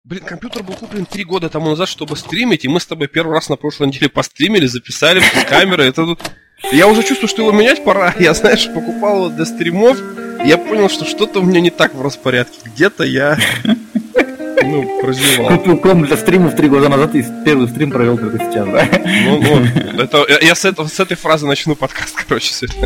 Блин, компьютер был куплен 3 года тому назад, чтобы стримить, и мы с тобой первый раз на прошлой неделе постримили, записали с камеры. Это тут... Я уже чувствую, что его менять пора. Я, знаешь, покупал его для стримов, и я понял, что что-то у меня не так в распорядке. Где-то я... прозевал. Купил комп для стримов 3 года назад и первый стрим провел только сейчас, да? Это, я с этой фразы начну подкаст, короче, сегодня.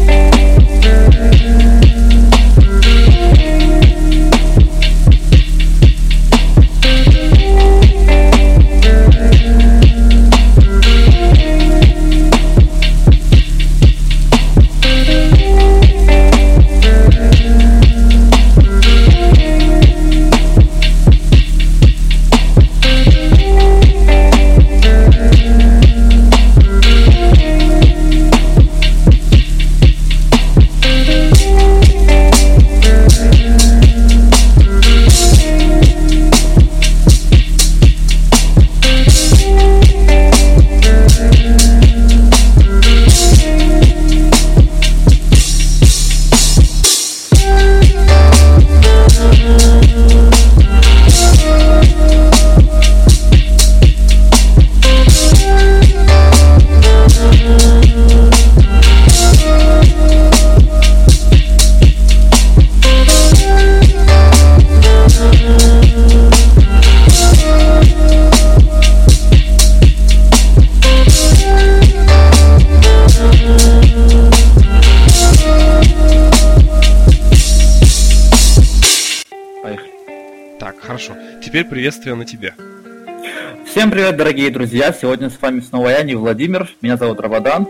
Теперь приветствие на тебе. Всем привет, дорогие друзья! Сегодня с вами снова я, не Владимир. Меня зовут Равадан.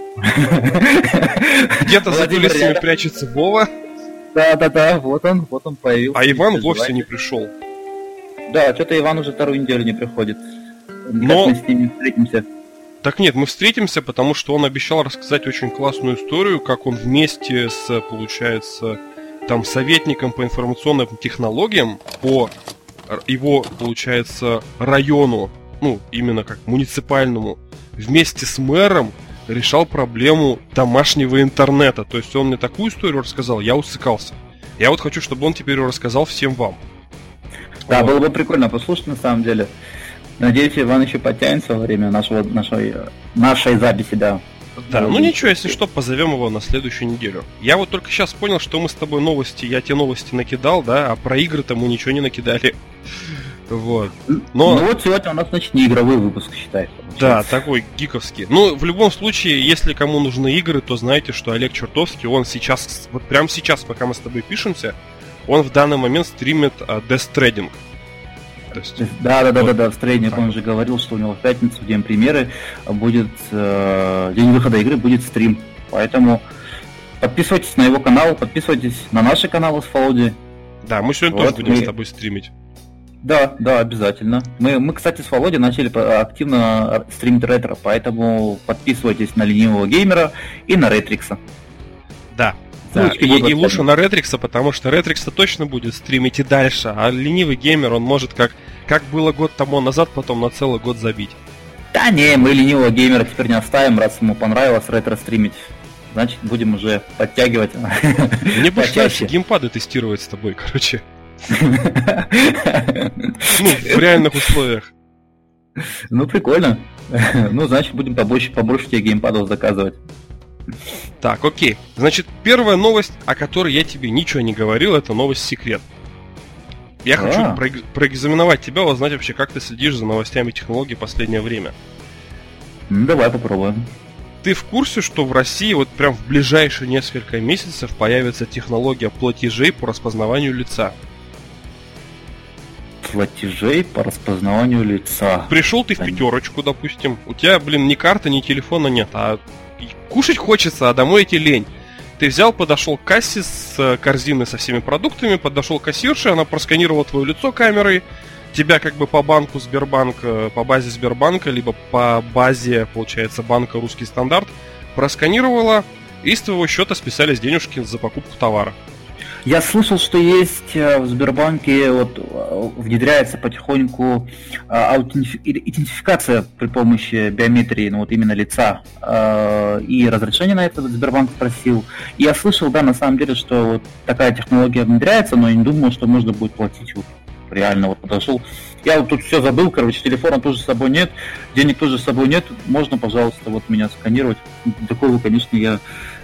Где-то за кулисами прячется Вова. Да, вот он появился. А Иван вовсе не пришел. Да, что-то Иван уже вторую неделю не приходит. Но... мы с ним не встретимся. Так нет, мы встретимся, потому что он обещал рассказать очень классную историю, как он вместе с, получается, там, советником по информационным технологиям по его, получается, району, именно как муниципальному, вместе с мэром решал проблему домашнего интернета. То есть он мне такую историю рассказал, я усыкался. Я вот хочу, чтобы он теперь ее рассказал всем вам. Да, было бы прикольно послушать, на самом деле. Надеюсь, Иван еще подтянется во время нашей записи, да. Да, ничего, если что, позовем его на следующую неделю. Я вот только сейчас понял, что мы с тобой я тебе новости накидал, да, а про игры-то мы ничего не накидали. Вот. Но... вот сегодня у нас, значит, не игровой выпуск, считай. Да, такой гиковский. В любом случае, если кому нужны игры, то знаете, что Олег Чертовский, он сейчас, вот прямо сейчас, пока мы с тобой пишемся, он в данный момент стримит Death Stranding. Да, в Stranding он же говорил, что у него в пятницу, в день премьеры, будет день выхода игры, будет стрим. Поэтому подписывайтесь на его канал, подписывайтесь на наши каналы с Фолоди. Да, мы сегодня тоже будем с тобой стримить. Да, обязательно. Мы, кстати, с Володей начали активно стримить ретро, поэтому подписывайтесь на Ленивого Геймера и на Ретрикса. Да. И лучше на Ретрикса, потому что Ретрикса точно будет стримить и дальше, а Ленивый Геймер, он может, как было год тому назад, потом на целый год забить. Да не, мы Ленивого Геймера теперь не оставим, раз ему понравилось ретро стримить. Значит, будем уже подтягивать. Мне бы нравится геймпады тестировать с тобой, короче. В реальных условиях. Прикольно. Значит, будем побольше тебе геймпадов заказывать. Так, окей. Значит, первая новость, о которой я тебе ничего не говорил, это новость-секрет. Я хочу проэкзаменовать тебя, узнать вообще, как ты следишь за новостями технологий в последнее время. Давай попробуем. Ты в курсе, что в России вот прям в ближайшие несколько месяцев появится технология платежей по распознаванию лица? Платежей по распознаванию лица. Пришел ты в пятерочку, допустим, у тебя, ни карты, ни телефона нет, а кушать хочется, а домой идти лень. Ты взял, подошел к кассе с корзиной со всеми продуктами, подошел к кассирше, она просканировала твое лицо камерой, тебя как бы по банку Сбербанк, по базе Сбербанка, либо по базе, получается, банка Русский Стандарт, просканировала, и с твоего счета списались денежки за покупку товара. Я слышал, что есть в Сбербанке, внедряется потихоньку идентификация при помощи биометрии, именно лица, и разрешение на это Сбербанк спросил. И я слышал, да, на самом деле, что такая технология внедряется, но я не думал, что можно будет платить реально вот подошел. Я вот тут все забыл, короче, телефона тоже с собой нет, денег тоже с собой нет, можно, пожалуйста, вот меня сканировать. Такого, конечно, я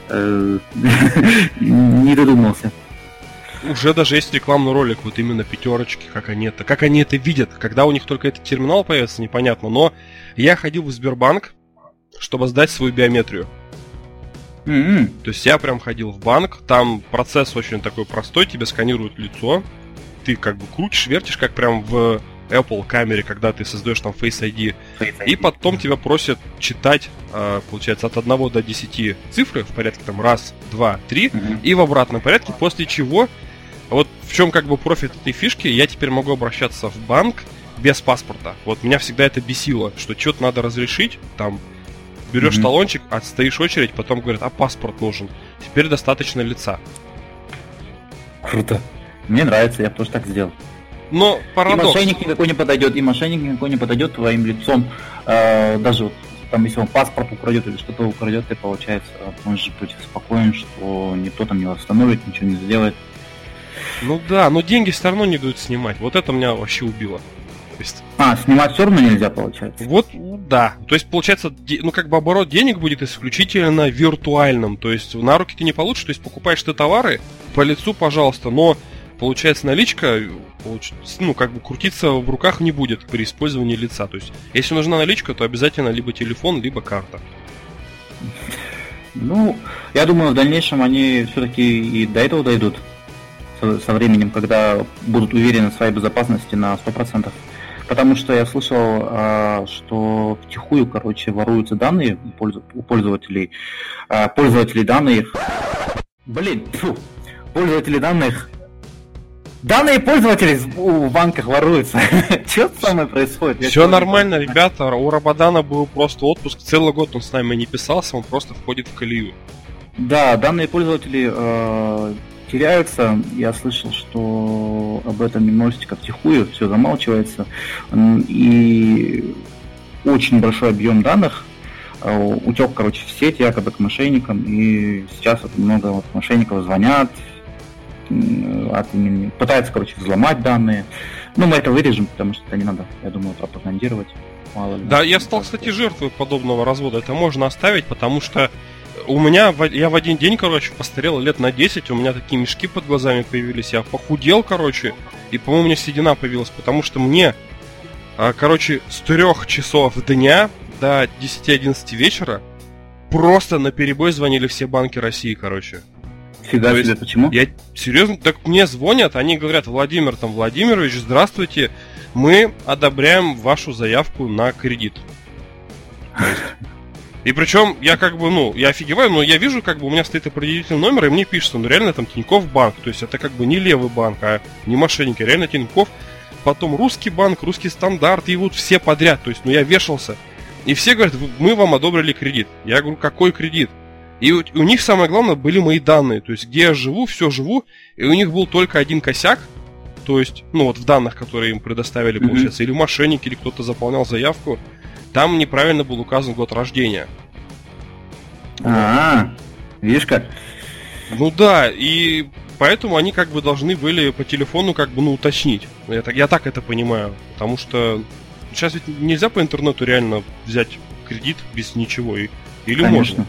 не додумался. Уже даже есть рекламный ролик, вот именно пятерочки, как они это видят. Когда у них только этот терминал появится, непонятно. Но я ходил в Сбербанк, чтобы сдать свою биометрию. То есть я прям ходил в банк, там процесс очень такой простой, тебе сканируют лицо, ты как бы крутишь, вертишь, как прям в Apple камере, когда ты создаешь там Face ID, и потом тебя просят читать, получается, от 1 до 10 цифры в порядке там 1, 2, 3, и в обратном порядке, после чего, вот в чем как бы профит этой фишки, я теперь могу обращаться в банк без паспорта. Вот меня всегда это бесило, что что-то надо разрешить, там, берешь талончик, отстоишь очередь, потом говорят, а паспорт нужен. Теперь достаточно лица. Круто. Мне нравится, я бы тоже так сделал. Но парадокс. И мошенник никакой не подойдет твоим лицом. Даже вот, там, если он паспорт украдет или что-то украдет, ты, получается, можешь быть спокоен, что никто там не восстановит, ничего не сделает. Ну да, но деньги все равно не дают снимать. Вот это меня вообще убило. То есть... снимать все равно нельзя, получается. Вот, да. То есть, получается, ну как бы оборот денег будет исключительно виртуальным. То есть, на руки ты не получишь. То есть, покупаешь ты товары, по лицу, пожалуйста, но получается наличка, ну как бы крутиться в руках не будет при использовании лица. То есть, если нужна наличка, то обязательно либо телефон, либо карта. Ну, я думаю, в дальнейшем они все-таки и до этого дойдут со временем, когда будут уверены в своей безопасности на 100%. Потому что я слышал, что втихую, короче, воруются данные у пользователей. Пользователи данных... Пользователи данных... Данные пользователей в банках воруются. Что со мной происходит? Все нормально, ребята. У Рабадана был просто отпуск. Целый год он с нами не писался, он просто входит в колею. Да, данные пользователей теряются. Я слышал, что об этом немножечко втихую все замалчивается. И очень большой объем данных утек, короче, в сеть якобы к мошенникам. И сейчас вот много вот мошенников звонят, пытаются, короче, взломать данные. Ну, мы это вырежем, потому что это не надо, я думаю, пропагандировать. Мало ли. Да, я стал, кстати, жертвой подобного развода. Это можно оставить, потому что я в один день, короче, постарел лет на 10, у меня такие мешки под глазами появились, я похудел, короче, и, по-моему, у меня седина появилась, потому что мне, короче, с 3 часов дня до 10-11 вечера просто наперебой звонили все банки России, короче. Фига себе, почему? Я серьезно, так мне звонят, они говорят, Владимир Владимирович, здравствуйте, мы одобряем вашу заявку на кредит. И причем я как бы, я офигеваю, но я вижу, как бы у меня стоит определительный номер, и мне пишется, реально там Тинькофф банк, то есть это как бы не левый банк, а не мошенники, реально Тинькофф, потом русский банк, русский стандарт, и вот все подряд, то есть, я вешался. И все говорят, мы вам одобрили кредит. Я говорю, какой кредит? И у них самое главное были мои данные, то есть где я живу, все живу, и у них был только один косяк, то есть, вот в данных, которые им предоставили, получается, или мошенники, или кто-то заполнял заявку, там неправильно был указан год рождения. Видишь как? Ну да, и поэтому они как бы должны были по телефону как бы, уточнить. Я так это понимаю, потому что сейчас ведь нельзя по интернету реально взять кредит без ничего, или конечно. Можно?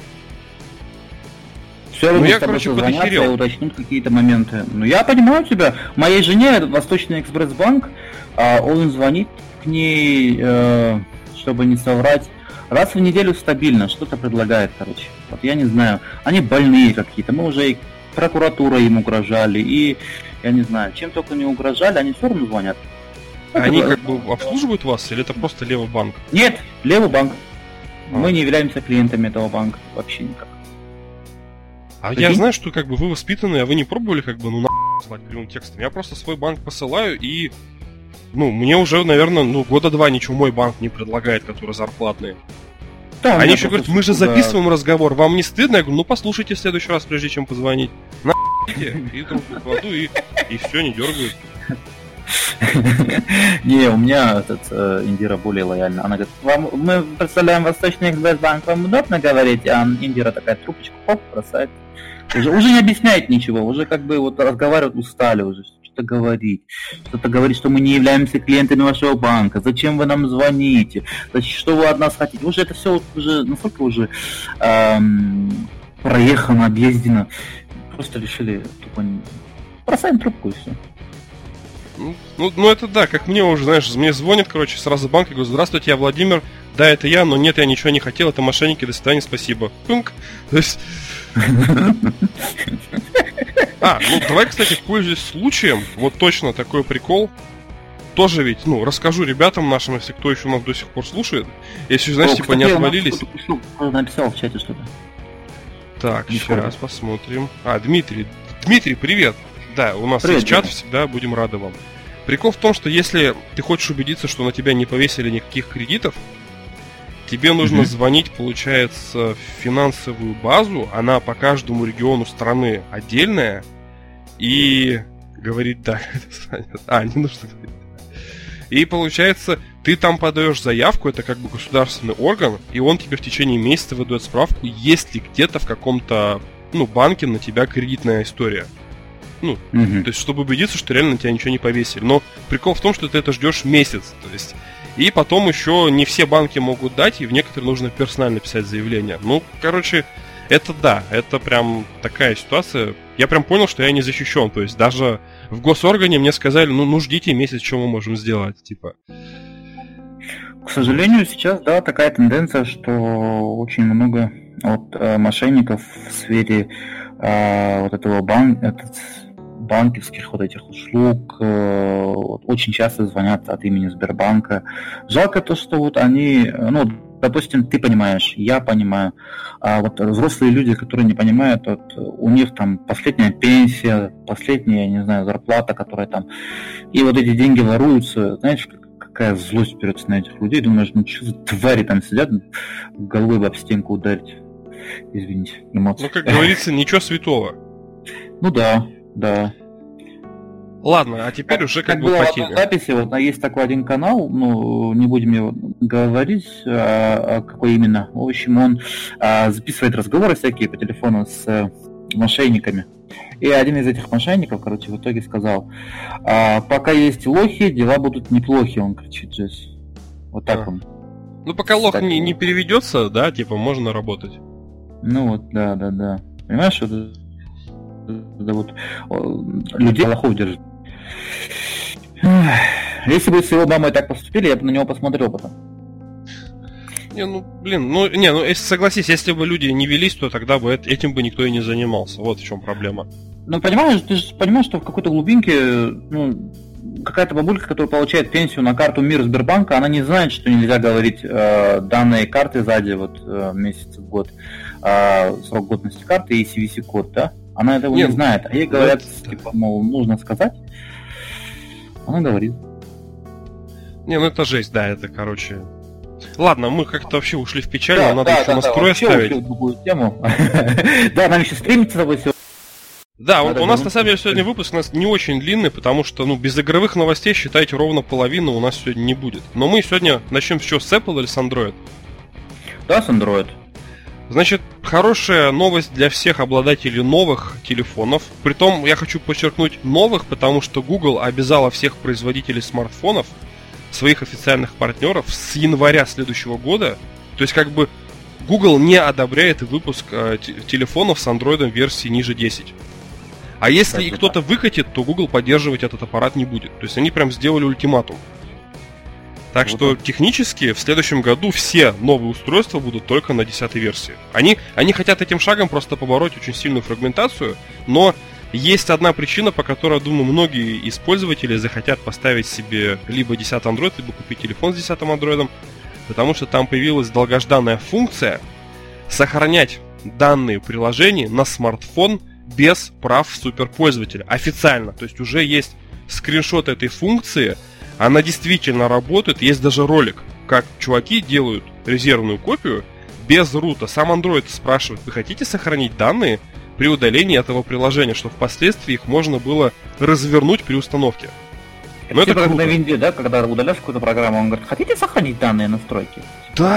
Все, я, короче, подохерел. И уточнить какие-то моменты. Я понимаю тебя. Моей жене Восточный экспресс-банк, он звонит к ней, чтобы не соврать, раз в неделю стабильно что-то предлагает, короче. Вот я не знаю, они больные какие-то, мы уже и прокуратура им угрожали, и я не знаю, чем только не угрожали, они все равно звонят. Они как бы обслуживают вас, или это просто левый банк? Нет, левый банк. Мы не являемся клиентами этого банка вообще никак. Я знаю, что как бы вы воспитанные, а вы не пробовали как бы, звать прямым текстом. Я просто свой банк посылаю, и мне уже, наверное, года 2 ничего мой банк не предлагает, которые зарплатные. Да, они еще говорят, мы же записываем разговор, вам не стыдно? Я говорю, послушайте в следующий раз, прежде чем позвонить. И трубку кладу, и все, не дергают. Не, у меня Индира более лояльна. Она говорит, мы представляем Восточный экспресс-банк, вам удобно говорить? А Индира такая трубочку, бросает. Уже не объясняет ничего, уже как бы разговаривать устали уже. что-то говорить, что мы не являемся клиентами вашего банка, зачем вы нам звоните, что вы от нас хотите. Уже это все уже настолько уже проехано, объездено. Просто решили тупо бросаем трубку и все. Ну это да, как мне уже, знаешь, мне звонит, короче, сразу банк, и говорю: здравствуйте, я Владимир, да, это я, но нет, я ничего не хотел, это мошенники, до свидания, спасибо. Пунк. То есть... Давай, кстати, пользуясь случаем, вот точно такой прикол, тоже ведь, расскажу ребятам нашим, если кто еще нас до сих пор слушает, если, знаешь, типа не отвалились. Написал в чате что-то. Так, сейчас посмотрим. Дмитрий, привет! Да, у нас есть чат, всегда будем рады вам. Прикол в том, что если ты хочешь убедиться, что на тебя не повесили никаких кредитов, тебе нужно звонить, получается, в финансовую базу, она по каждому региону страны отдельная, и говорить да. Не нужно говорить. И получается, ты там подаешь заявку, это как бы государственный орган, и он тебе в течение месяца выдает справку, есть ли где-то в каком-то банке на тебя кредитная история. То есть, чтобы убедиться, что реально на тебя ничего не повесили. Но прикол в том, что ты это ждешь месяц. То есть, и потом еще не все банки могут дать, и в некоторые нужно персонально писать заявление. Это прям такая ситуация. Я прям понял, что я не защищен. То есть, даже в госоргане мне сказали, ждите месяц, что мы можем сделать, типа. К сожалению, сейчас, да, такая тенденция, что очень много мошенников в сфере банковских этих услуг очень часто звонят от имени Сбербанка. Жалко то, что они, допустим, ты понимаешь, я понимаю, а взрослые люди, которые не понимают, у них там последняя пенсия, последняя, не знаю, зарплата, которая там, и эти деньги воруются, знаешь, какая злость берется на этих людей, думаешь, что за твари там сидят, головой об стенку ударить. Извините, эмоции. Как говорится, ничего святого. Да. Ладно, а теперь уже как бы по теме. В записи есть такой один канал, не будем его говорить, какой именно. В общем, он записывает разговоры всякие по телефону с мошенниками. И один из этих мошенников, в итоге сказал: пока есть лохи, дела будут неплохи, он кричит, Джесс. Вот так он. Пока лох не переведется, да, типа можно работать. Да. Понимаешь, что людей лохов держит. Если бы с его мамой так поступили, я бы на него посмотрел потом. Если согласись, если бы люди не велись, то тогда бы этим бы никто и не занимался. Вот в чем проблема. Понимаешь, ты же понимаешь, что в какой-то глубинке, какая-то бабулька, которая получает пенсию на карту МИР Сбербанка, она не знает, что нельзя говорить данные карты сзади, месяц, год, срок годности карты и CVC-код, да? Она этого не знает. А ей говорят, нужно сказать. Она говорит. Это жесть, да, это, короче... Ладно, мы как-то вообще ушли в печаль, надо еще настрой оставить. Ушли в другую тему. Да, нам еще стримить с тобой сегодня. Да, у нас на самом деле сегодня выпуск у нас не очень длинный, потому что, без игровых новостей, считайте, ровно половины у нас сегодня не будет. Но мы сегодня начнем с Apple или с Android? Да, с Android. Значит, хорошая новость для всех обладателей новых телефонов. Притом, я хочу подчеркнуть новых, потому что Google обязала всех производителей смартфонов, своих официальных партнеров, с января следующего года. То есть, Google не одобряет выпуск телефонов с Android версии ниже 10. А если и кто-то выкатит, то Google поддерживать этот аппарат не будет. То есть, они прям сделали ультиматум. Так что технически в следующем году все новые устройства будут только на 10-й версии. Они хотят этим шагом просто побороть очень сильную фрагментацию, но есть одна причина, по которой, думаю, многие из пользователей захотят поставить себе либо 10-й Android, либо купить телефон с 10-м Android, потому что там появилась долгожданная функция сохранять данные приложений на смартфон без прав суперпользователя. Официально. То есть уже есть скриншот этой функции. Она действительно работает, есть даже ролик, как чуваки делают резервную копию без рута. Сам Android спрашивает: вы хотите сохранить данные при удалении этого приложения, чтобы впоследствии их можно было развернуть при установке. Это как на винде, да, когда удаляешь какую-то программу, он говорит: хотите сохранить данные настройки?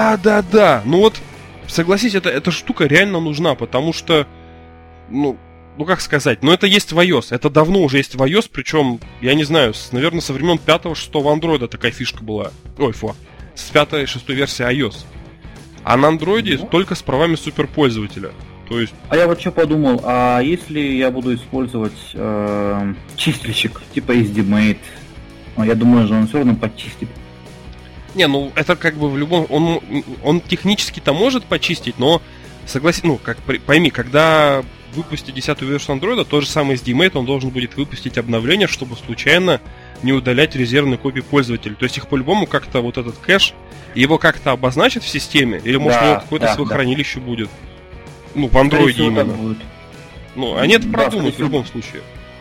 Да. Согласись, эта штука реально нужна, потому что, ну как сказать, но это есть в iOS. Это давно уже есть в iOS, причем, я не знаю, наверное, со времен 5-6 андроида такая фишка была. Ой, с 5-6 версии iOS. А на андроиде только с правами суперпользователя. То есть... А я вот что подумал, а если я буду использовать чистильщик типа SDMate, я думаю, что он все равно почистит. Не, ну это как бы в любом... Он технически-то может почистить, но согласен, ну, как пойми, когда выпустить 10-ю версию андроида, тот же самый SDMate, он должен будет выпустить обновление, чтобы случайно не удалять резервные копии пользователя. То есть их по-любому как-то вот этот кэш, его как-то обозначат в системе, или может у него какое-то свое хранилище будет. Ну, в андроиде именно. Ну, они это продумают в любом случае.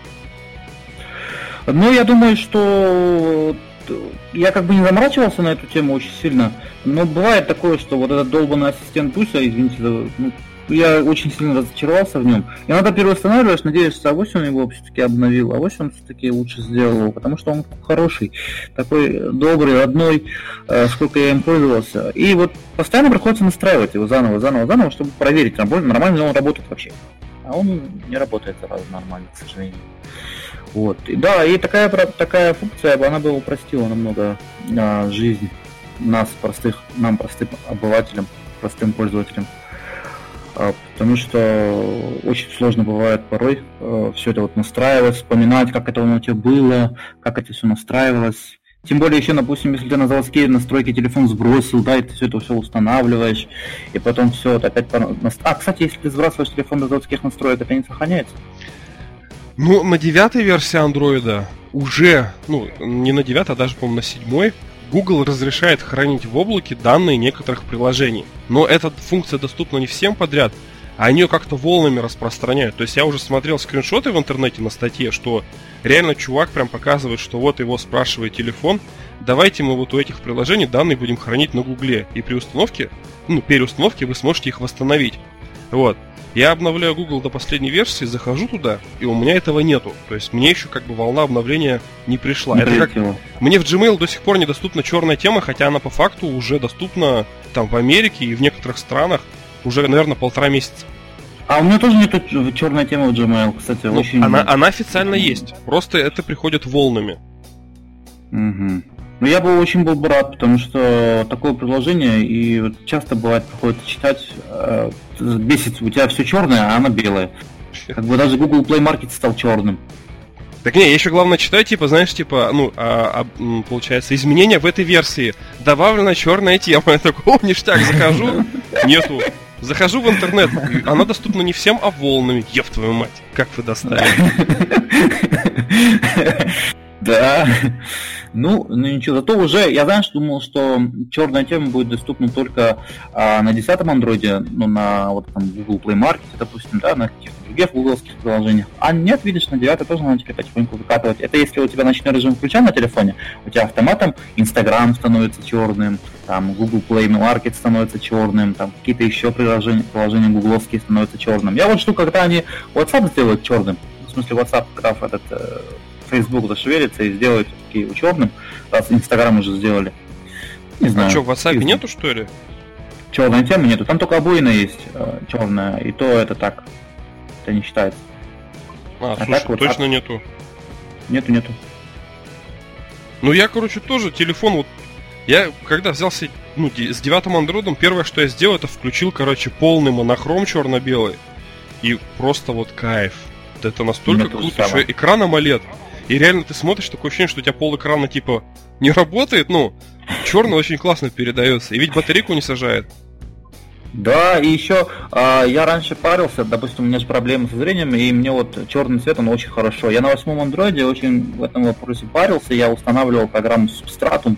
Ну, я думаю, что я как бы не заморачивался на эту тему очень сильно, но бывает такое, что вот этот долбанный ассистент Дуся, извините, ну, я очень сильно разочаровался в нем. Иногда переустанавливаешь, надеешься, авось он его все-таки обновил, авось он все-таки лучше сделал его, потому что он хороший, такой добрый, родной, сколько я им пользовался. И вот постоянно приходится настраивать его заново, чтобы проверить, нормально ли он работает вообще. А он не работает сразу нормально, к сожалению. Вот. И, да, и такая функция, она бы упростила намного жизнь нам, простым обывателям, простым пользователям. Потому что очень сложно бывает порой все это вот настраивать, вспоминать, как это у тебя было, как это все настраивалось. Тем более еще, допустим, если ты на заводские настройки телефон сбросил, да, и ты все это все устанавливаешь, и потом все это опять... кстати, если ты сбрасываешь телефон до заводских настроек, это не сохраняется? Ну, на 9-й версии андроида уже, ну, не на 9, а даже, по-моему, на 7-й, Google разрешает хранить в облаке данные некоторых приложений. Но эта функция доступна не всем подряд, а они ее как-то волнами распространяют. То есть я уже смотрел скриншоты в интернете на статье, что реально чувак прям показывает, что вот его спрашивает телефон, давайте мы вот у этих приложений данные будем хранить на Гугле. И при установке, переустановке вы сможете их восстановить. Вот. Я обновляю Google до последней версии, захожу туда, и у меня этого нету. То есть мне еще как бы волна обновления не пришла. Это как... Мне в Gmail до сих пор недоступна черная тема, хотя она по факту уже доступна там в Америке и в некоторых странах уже, наверное, 1,5 месяца. А у меня тоже нету черной темы в Gmail, кстати. Ну, очень... она официально есть, просто это приходит волнами. Угу. Ну, я бы очень был бы рад, потому что такое приложение, и вот часто бывает, приходится читать, бесит, у тебя все черное, а она белая. Как бы даже Google Play Market стал черным. Так не, я еще главное читаю, получается, изменения в этой версии. Добавлена черная тема. Я такой, ништяк, захожу, нету. Захожу в интернет, она доступна не всем, а волнами. Еб твою мать, как вы достали. Да. Ну ничего, зато уже, я раньше думал, что черная тема будет доступна только на 10-м андроиде, ну, на вот там Google Play Market, допустим, да, на каких-то других гугловских приложениях. А нет, видишь, на 9 тоже начали потихоньку выкатывать. Это если у тебя ночной режим включен на телефоне, у тебя автоматом Instagram становится черным, там Google Play Market становится черным, там какие-то еще приложения гугловские становятся черным. Я вот жду, когда они WhatsApp сделают черным, в смысле WhatsApp, когда этот... Facebook зашевелится и сделает такие черным, раз Instagram уже сделали. Не знаю. А что, в WhatsApp нету, что ли? Черной темы нету. Там только обоина есть черная, и то это так. Это не считается. Слушай, так, вот точно нету? Нету. Ну я, тоже телефон вот... Я когда взялся, с 9-м андроидом, первое, что я сделал, это включил, полный монохром черно-белый. И просто вот кайф. Это настолько круто, что экран AMOLED. И реально ты смотришь, такое ощущение, что у тебя пол экрана не работает, черный очень классно передается. И ведь батарейку не сажает. Да, и еще я раньше парился, допустим, у меня же проблемы со зрением, и мне вот черный цвет, он очень хорошо. Я на 8-м андроиде очень в этом вопросе парился, я устанавливал программу Substratum.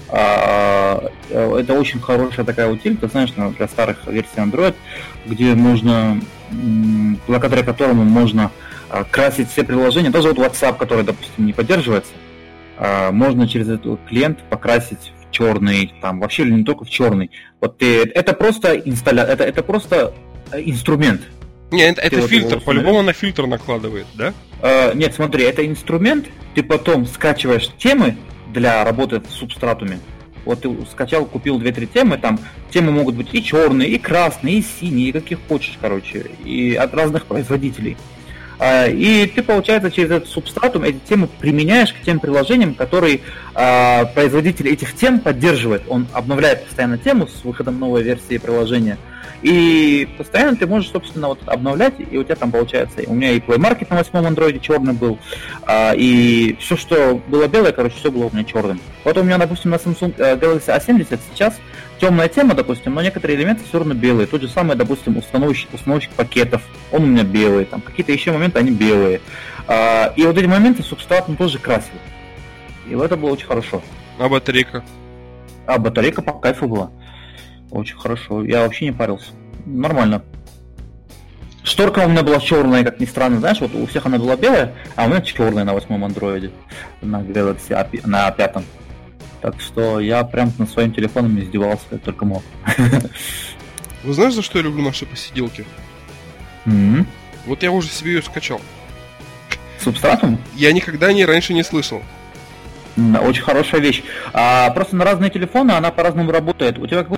Это очень хорошая такая утилита, знаешь, для старых версий Android, где можно, благодаря которому можно красить все приложения, даже вот WhatsApp, который, допустим, не поддерживается, можно через этот клиент покрасить в черный, там вообще или не только в черный. Вот это просто это просто инструмент. Нет, это фильтр, по-любому на фильтр накладывает, да? Нет, смотри, это инструмент, ты потом скачиваешь темы для работы в субстратуме. Вот ты скачал, купил 2-3 темы, там темы могут быть и черные, и красные, и синие, и каких хочешь, и от разных производителей. И ты, получается, через этот субстратум эти темы применяешь к тем приложениям, которые производитель этих тем поддерживает. Он обновляет постоянно тему с выходом новой версии приложения. И постоянно ты можешь, собственно, вот обновлять, и у тебя там получается, у меня и Play Market на 8-м андроиде черный был, и все, что было белое, короче, все было у меня черным. Вот у меня, допустим, на Samsung Galaxy A70 сейчас темная тема, допустим, но некоторые элементы все равно белые. Тот же самый, допустим, установщик пакетов, он у меня белый, там какие-то еще моменты, они белые. И вот эти моменты субстрат он тоже красил. И это было очень хорошо. А батарейка? А батарейка по кайфу была. Очень хорошо. Я вообще не парился. Нормально. Шторка у меня была черная, как ни странно, знаешь, вот у всех она была белая, а у меня черная на 8-м андроиде, на Galaxy на 5. Так что я прям над своим телефоном издевался, как только мог. Вы знаешь, за что я люблю наши посиделки? Mm-hmm. Вот я уже себе ее скачал. Субстратум? Я никогда о ней раньше не слышал. Очень хорошая вещь. Просто на разные телефоны она по-разному работает. У тебя какой?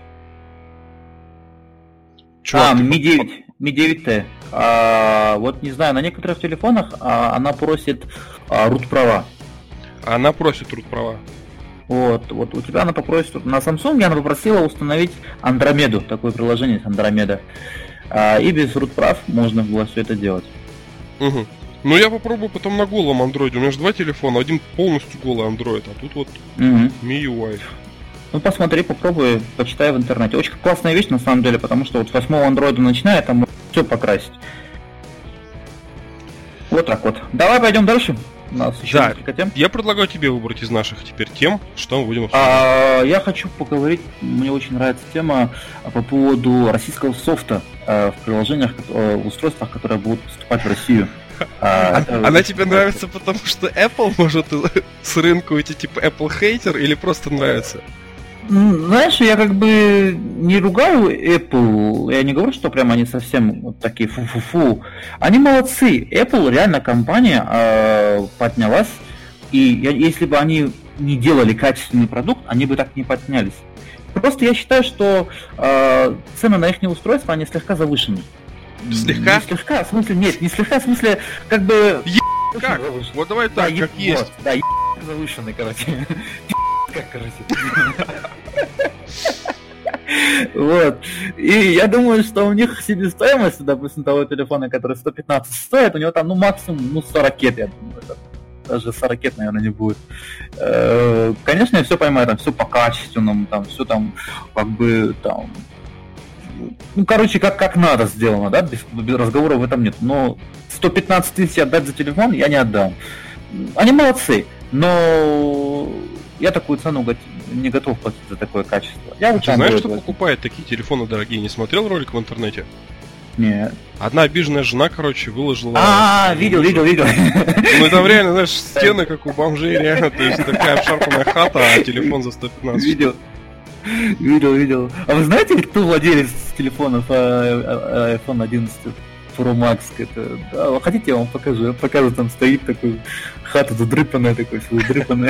Чувак, Mi 9T. Вот не знаю, на некоторых телефонах она просит root права. Она просит root права. Вот у тебя она попросит. На Samsung она попросила установить Андромеду, такое приложение с Андромеда. И без root прав можно было все это делать. Угу. Ну я попробую потом на голом андроиде. У меня же 2 телефона, один полностью голый андроид, а тут вот MIUI. Ну посмотри, попробуй, почитай в интернете. Очень классная вещь на самом деле, потому что вот с 8-го андроида начиная, там все покрасить. Вот так вот. Давай пойдем дальше. У нас еще несколько тем. Я предлагаю тебе выбрать из наших теперь тем, что мы будем обсуждать. Я хочу поговорить, мне очень нравится тема по поводу российского софта в приложениях, устройствах, которые будут поступать в Россию. Она тебе нравится, потому что Apple может с рынка уйти типа Apple хейтер или просто нравится? Знаешь, я как бы не ругаю Apple, я не говорю, что прям они совсем вот такие фу-фу-фу. Они молодцы. Apple реально компания поднялась, и если бы они не делали качественный продукт, они бы так не поднялись. Просто я считаю, что цены на их устройства, они слегка завышены. Слегка? Не слегка, в смысле, нет, не слегка, в смысле, как бы... Как? Вот давай так, да, как есть. Вот, да, завышенный, короче. Как, короче. Вот. И я думаю, что у них себестоимость, допустим, того телефона, который 115 стоит, у него там, максимум, 40, я думаю. Даже 40, наверное, не будет. Конечно, я все понимаю, там все по качественному, там все там, как бы, там... короче, как надо сделано, да, без разговоров в этом нет. Но 115 тысяч отдать за телефон я не отдам. Они молодцы, но я такую цену не готов платить за такое качество. Ты знаешь, кто покупает такие телефоны дорогие? Не смотрел ролик в интернете? Нет. Одна обиженная жена, короче, выложила... видел. Ну там реально, знаешь, стены, как у бомжей, реально, то есть такая обшарпанная хата, а телефон за 115. Видел. А вы знаете, кто владелец телефонов iPhone 11 Pro Max? Да, хотите, я вам покажу. Покажу, там стоит такой, хата задрыпанная, такой, все задрыпанная.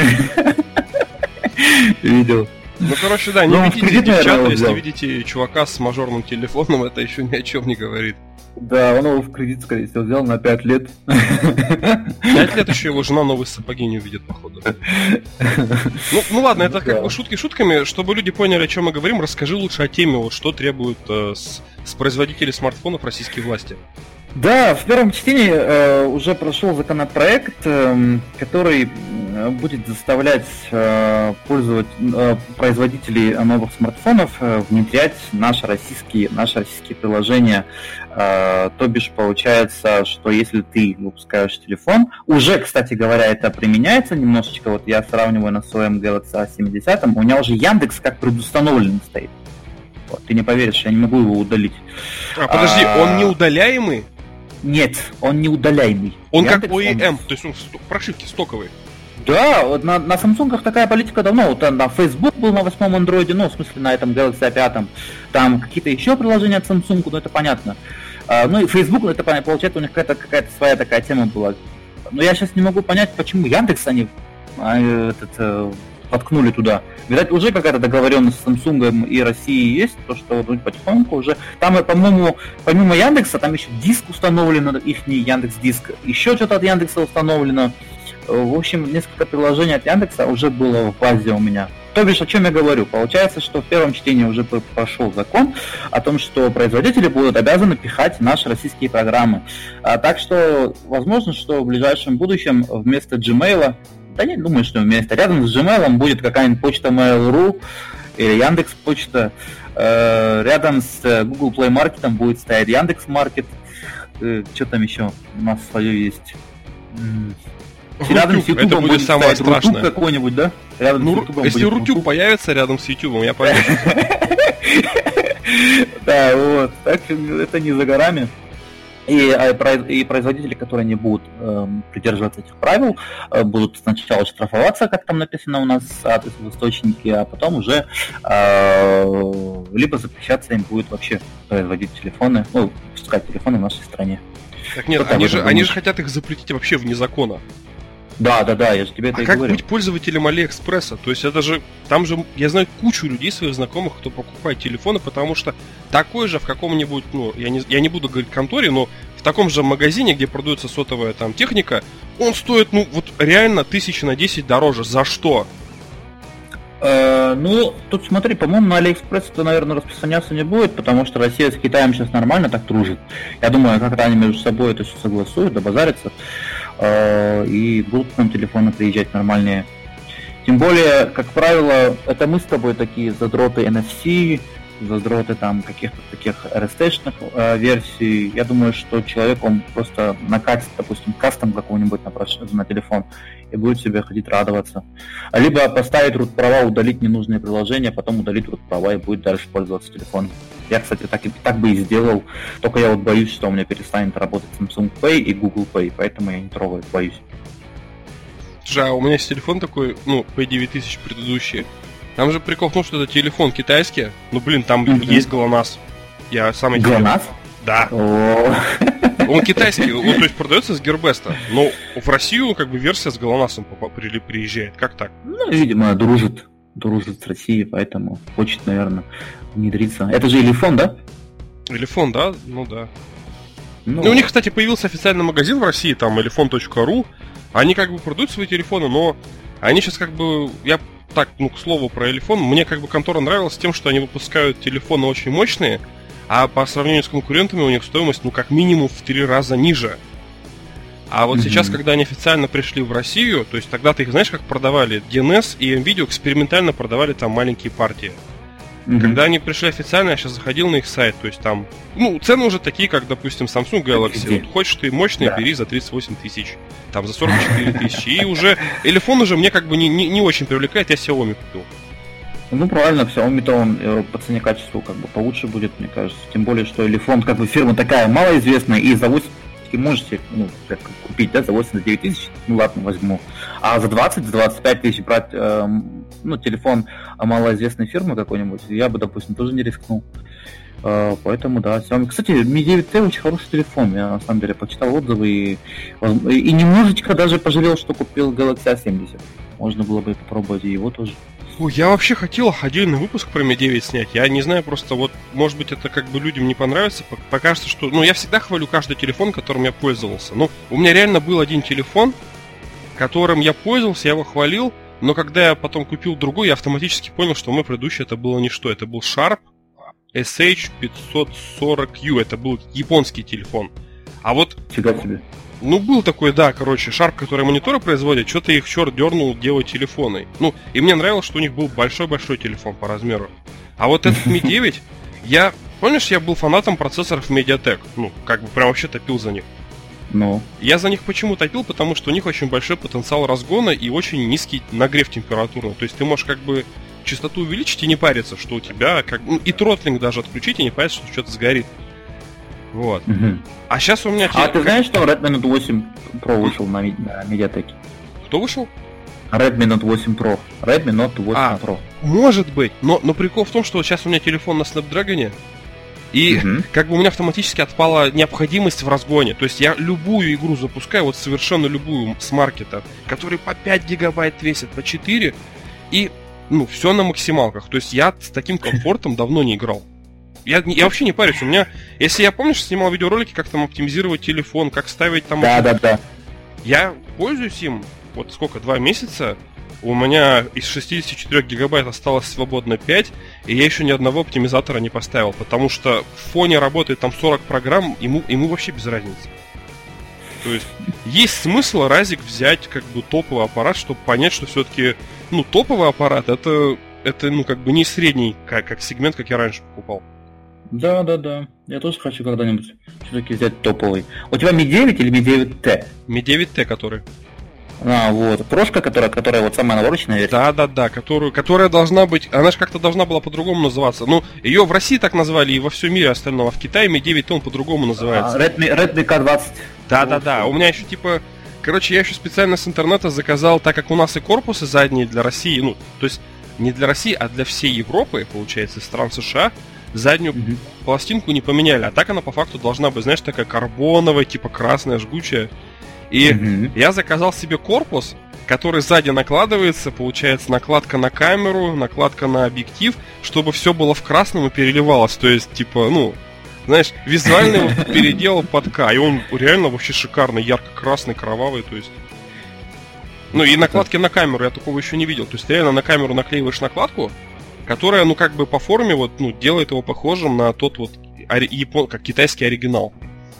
Видел. Ну, короче, да, не ведите девчата, если видите чувака с мажорным телефоном, это еще ни о чем не говорит. Да, он его в кредит, скорее всего, взял на 5 лет. 5 лет еще его жена новые сапоги не увидит, походу. Ну ладно, это как бы шутки шутками. Чтобы люди поняли, о чем мы говорим, расскажи лучше о теме, вот что требуют с производителей смартфонов российские власти. Да, в первом чтении уже прошел законопроект, который будет заставлять производителей новых смартфонов внедрять наши российские приложения. То бишь получается, что если ты выпускаешь телефон, уже, кстати говоря, это применяется немножечко, вот я сравниваю на своем Galaxy A70, у меня уже Яндекс как предустановленный стоит. Вот, ты не поверишь, я не могу его удалить. Подожди, он не удаляемый? Нет, он не удаляемый. Он Яндекс, как OEM, то есть он прошивки стоковые. Да, вот на Samsung такая политика давно. Вот на Facebook был на 8-м андроиде, в смысле на этом Galaxy A5. Там какие-то еще приложения от Samsung, это понятно. И Facebook, это получается, у них какая-то своя такая тема была. Но я сейчас не могу понять, почему Яндекс они воткнули туда. Видать, уже какая-то договоренность с Samsung и Россией есть, то что потихоньку уже. Там, по-моему, помимо Яндекса, там еще диск установлен, их Яндекс.Диск, еще что-то от Яндекса установлено. В общем, несколько приложений от Яндекса уже было в базе у меня. То бишь, о чем я говорю? Получается, что в первом чтении уже прошел закон о том, что производители будут обязаны пихать наши российские программы. Так что, возможно, что в ближайшем будущем вместо Gmail, да не думаю, что вместо, рядом с Gmail будет какая-нибудь почта Mail.ru или Яндекс.Почта, рядом с Google Play Market будет стоять Яндекс.Маркет, что там еще у нас свое есть... Рядом с YouTube это будет самое страшное. Какой-нибудь, да? Рядом с YouTube если Рутюб появится рядом с YouTube, я пойму. Да, вот. Так это не за горами. И производители, которые не будут придерживаться этих правил, будут сначала штрафоваться, как там написано у нас в источнике, а потом уже либо запрещаться им будет вообще производить телефоны, выпускать телефоны в нашей стране. Так нет, они же хотят их запретить вообще вне закона. Да, я же тебе это и говорю. А как быть пользователем Алиэкспресса? То есть это же, там же, я знаю кучу людей, своих знакомых, кто покупает телефоны, потому что такой же в каком-нибудь, я не буду говорить конторе, но в таком же магазине, где продается сотовая там техника, он стоит, реально 1000 на 10 дороже. За что? Тут смотри, по-моему, на Алиэкспресс это, наверное, распространяться не будет, потому что Россия с Китаем сейчас нормально так дружит. Я думаю, когда они между собой это все согласуют, добазарятся, и будут к нам телефоны приезжать нормальные. Тем более, как правило, это мы с тобой такие задроты NFC, задроты там каких-то таких RST-шных версий. Я думаю, что человек, он просто накатит, допустим, кастом какого-нибудь на телефон и будет себе ходить радоваться. Либо поставить root права, удалить ненужные приложения, потом удалить root права и будет дальше пользоваться телефоном. Я, кстати, так бы и сделал, только я боюсь, что у меня перестанет работать Samsung Pay и Google Pay, поэтому я не трогаю, боюсь. Слушай, а у меня есть телефон такой, P9000 предыдущий. Там же прикол в том, что это телефон китайский, там есть GLONASS. Я самый GLONASS? Да. Он китайский, то есть продается с Gearbest, но в Россию версия с GLONASS приезжает. Как так? Видимо, дружит с Россией, поэтому хочет, наверное, внедриться. Это же Элифон, да? Элифон, да? Да. У них, кстати, появился официальный магазин в России, там elefon.ru. Они продают свои телефоны, но они сейчас я так, к слову про Элифон, мне контора нравилась тем, что они выпускают телефоны очень мощные, а по сравнению с конкурентами у них стоимость, как минимум в 3 раза ниже. А вот сейчас, когда они официально пришли в Россию, то есть тогда-то их, знаешь, как продавали? DNS и MVideo экспериментально продавали там маленькие партии. Когда они пришли официально, я сейчас заходил на их сайт, то есть там, цены уже такие, как, допустим, Samsung Galaxy. Вот хочешь ты мощный, бери за 38 тысяч, там за 44 тысячи. И уже Элифон уже мне не очень привлекает, я Xiaomi купил. Правильно, Xiaomi-то он по цене качеству получше будет, мне кажется. Тем более, что Элифон фирма такая малоизвестная, и за 8 можете купить, да, за 89 тысяч, ладно, возьму. А за 25 тысяч брать телефон малоизвестной фирмы какой-нибудь, я бы, допустим, тоже не рискнул. Поэтому, да, Xiaomi. Кстати, Mi 9T очень хороший телефон, я на самом деле почитал отзывы и немножечко даже пожалел, что купил Galaxy A70. Можно было бы попробовать и его тоже. Я вообще хотел отдельный выпуск про Mi 9 снять. Я не знаю, просто может быть, это людям не понравится. Покажется, что... я всегда хвалю каждый телефон, которым я пользовался. У меня реально был один телефон, которым я пользовался, я его хвалил, но когда я потом купил другой, я автоматически понял, что мой предыдущий это было ничто. Это был Sharp SH540U. Это был японский телефон. А Фига себе. Был такой, да, Sharp, который мониторы производят, что-то их черт дернул делать телефоны. И мне нравилось, что у них был большой-большой телефон по размеру. А этот Mi 9, помнишь, я был фанатом процессоров Mediatek. Прям вообще топил за них. Я за них почему топил? Потому что у них очень большой потенциал разгона и очень низкий нагрев температуры. То есть ты можешь частоту увеличить и не париться, что у тебя и тротлинг даже отключить и не париться, что что-то сгорит. Вот. А сейчас у меня... ты знаешь, что Redmi Note 8 Pro вышел на Mediatek? Кто вышел? Redmi Note 8 Pro. Redmi Note 8 Pro. Может быть, но прикол в том, что сейчас у меня телефон на Snapdragon, и у меня автоматически отпала необходимость в разгоне. То есть я любую игру запускаю, совершенно любую с маркета, который по 5 гигабайт весит, по 4, И, все на максималках. То есть я с таким комфортом давно не играл. Я вообще не парюсь. У меня, если я, помнишь, снимал видеоролики, как там оптимизировать телефон, как ставить там... Да. Я пользуюсь им, 2 месяца. У меня из 64 гигабайт осталось свободно 5, и я еще ни одного оптимизатора не поставил, потому что в фоне работает там 40 программ, ему вообще без разницы. То есть смысл разик взять топовый аппарат, чтобы понять, что все-таки, топовый аппарат это не средний, как сегмент, как я раньше покупал. Да. Я тоже хочу когда-нибудь все-таки взять топовый. У тебя Mi 9 или Mi 9T? Mi 9T, который. Прошка, которая вот самая навороченная версия. Да, которая должна быть, она же как-то должна была по-другому называться. Ее в России так назвали, и во всем мире остальном, а в Китае Mi 9 он по-другому называется. Redmi K20. Да. У меня еще я еще специально с интернета заказал, так как у нас и корпусы задние для России, то есть не для России, а для всей Европы, получается, стран США, заднюю пластинку не поменяли, а так она по факту должна быть, знаешь, такая карбоновая, красная, жгучая. И я заказал себе корпус, который сзади накладывается, получается, накладка на камеру, накладка на объектив, чтобы все было в красном и переливалось. То есть, знаешь, визуально его переделал под К. И он реально вообще шикарный, ярко-красный, кровавый, то есть... и накладки на камеру я такого еще не видел. То есть, реально на камеру наклеиваешь накладку, которая, по форме, делает его похожим на тот как китайский оригинал.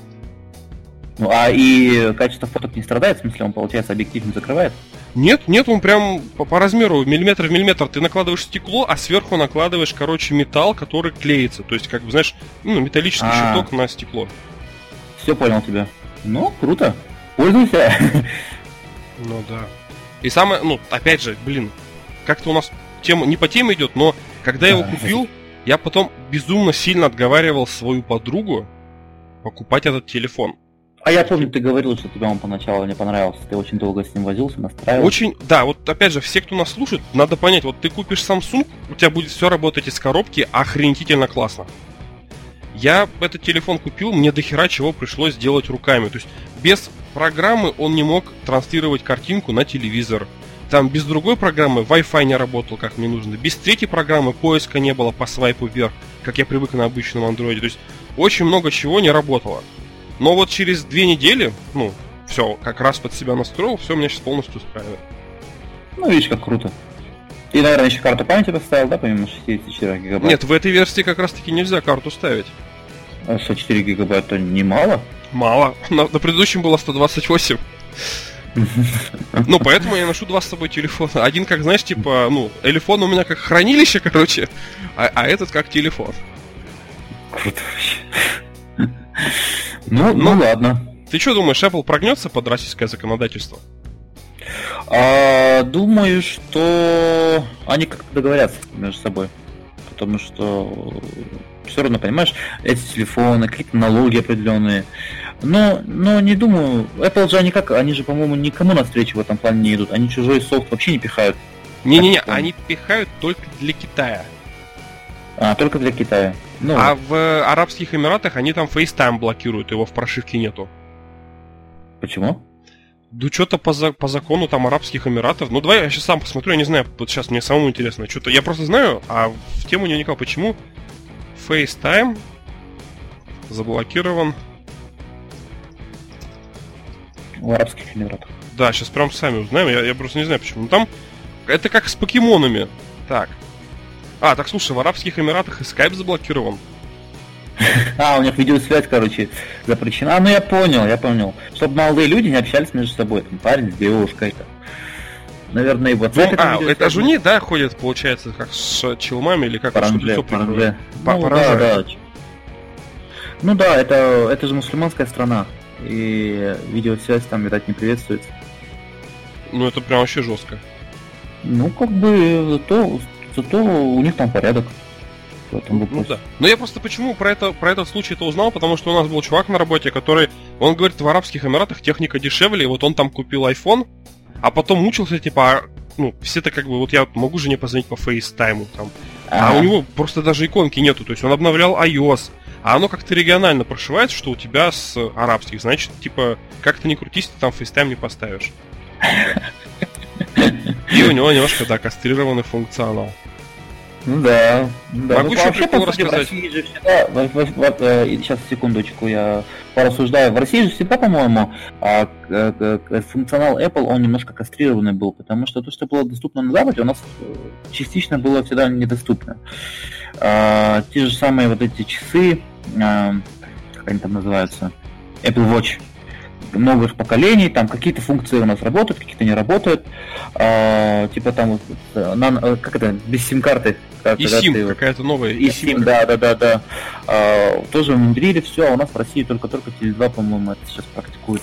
И качество фоток не страдает? В смысле, он, получается, объектив не закрывает? Нет, он прям по размеру, миллиметр в миллиметр. Ты накладываешь стекло, а сверху накладываешь, металл, который клеится. То есть, знаешь, металлический щиток на стекло. Все, понял тебя. Круто. Пользуйся. Да. И самое, опять же, как-то у нас тема не по теме идет, но когда я его купил, я потом безумно сильно отговаривал свою подругу покупать этот телефон. А я помню, ты говорил, что тебе он поначалу не понравился. Ты очень долго с ним возился, настраивал. Опять же, все, кто нас слушает, надо понять, ты купишь Samsung, у тебя будет все работать из коробки охренительно классно. Я этот телефон купил, мне дохера чего пришлось делать руками. То есть без программы он не мог транслировать картинку на телевизор. Там без другой программы Wi-Fi не работал, как мне нужно. Без третьей программы поиска не было по свайпу вверх, как я привык на обычном андроиде. То есть очень много чего не работало. Но через 2 недели, все, как раз под себя настроил, все меня сейчас полностью устраивает. Видишь, как круто. Ты, наверное, еще карту памяти поставил, да, помимо 64 гигабайт? Нет, в этой версии как раз таки нельзя карту ставить. А 64 гигабайта не мало? Мало. На предыдущем было 128. Поэтому я ношу 2 с собой телефона. Один, как, знаешь, телефон у меня как хранилище, а этот как телефон. Круто вообще. Ладно. Ты что думаешь, Apple прогнется под российское законодательство? Думаю, что они как-то договорятся между собой. Потому что все равно, понимаешь, эти телефоны, какие-то налоги определенные. Но не думаю. Apple же они же, по-моему, никому навстречу в этом плане не идут. Они чужой софт вообще не пихают. Не-не-не, они пихают только для Китая. Только для Китая. А в Арабских Эмиратах они там FaceTime блокируют, его в прошивке нету. Почему? Да что-то по закону там Арабских Эмиратов. Давай я сейчас сам посмотрю, я не знаю, сейчас мне самому интересно. Что-то я просто знаю, а в тему не вникал. Почему FaceTime заблокирован в Арабских Эмиратах? Да, сейчас прям сами узнаем, я просто не знаю почему. Там это как с покемонами. Так, слушай, в Арабских Эмиратах и Skype заблокирован. У них видеосвязь, запрещена. Я понял. Чтобы молодые люди не общались между собой. Там парень с девушкой-то. Наверное, и вот это же не, да, ходят, получается, как с челмами или как Паранже. Да, это же мусульманская страна. И видеосвязь там, видать, не приветствуется. Это прям вообще жестко. Зато у них там порядок. Да. Но я просто почему про этот случай-то узнал, потому что у нас был чувак на работе, он говорит, в Арабских Эмиратах техника дешевле, и он там купил iPhone, а потом мучился, все-то я могу жене позвонить по FaceTime там, а у него просто даже иконки нету, то есть он обновлял iOS, а оно как-то регионально прошивается, что у тебя с арабских, значит, как ты ни крутись, ты там FaceTime не поставишь. И у него немножко, да, кастрированный функционал. Ну да. Могу еще прикол рассказать. В России же всегда, сейчас, секундочку, я порассуждаю. В России же всегда, по-моему, функционал Apple, он немножко кастрированный был, потому что то, что было доступно на Западе, у нас частично было всегда недоступно. Те же самые вот эти часы, как они там называются, Apple Watch, новых поколений, там какие-то функции у нас работают, какие-то не работают. Типа там вот, как это, без сим-карты. eSIM, какая-то новая. eSIM, да. Тоже внедрили все, а у нас в России только Теле2, по-моему, это сейчас практикуют.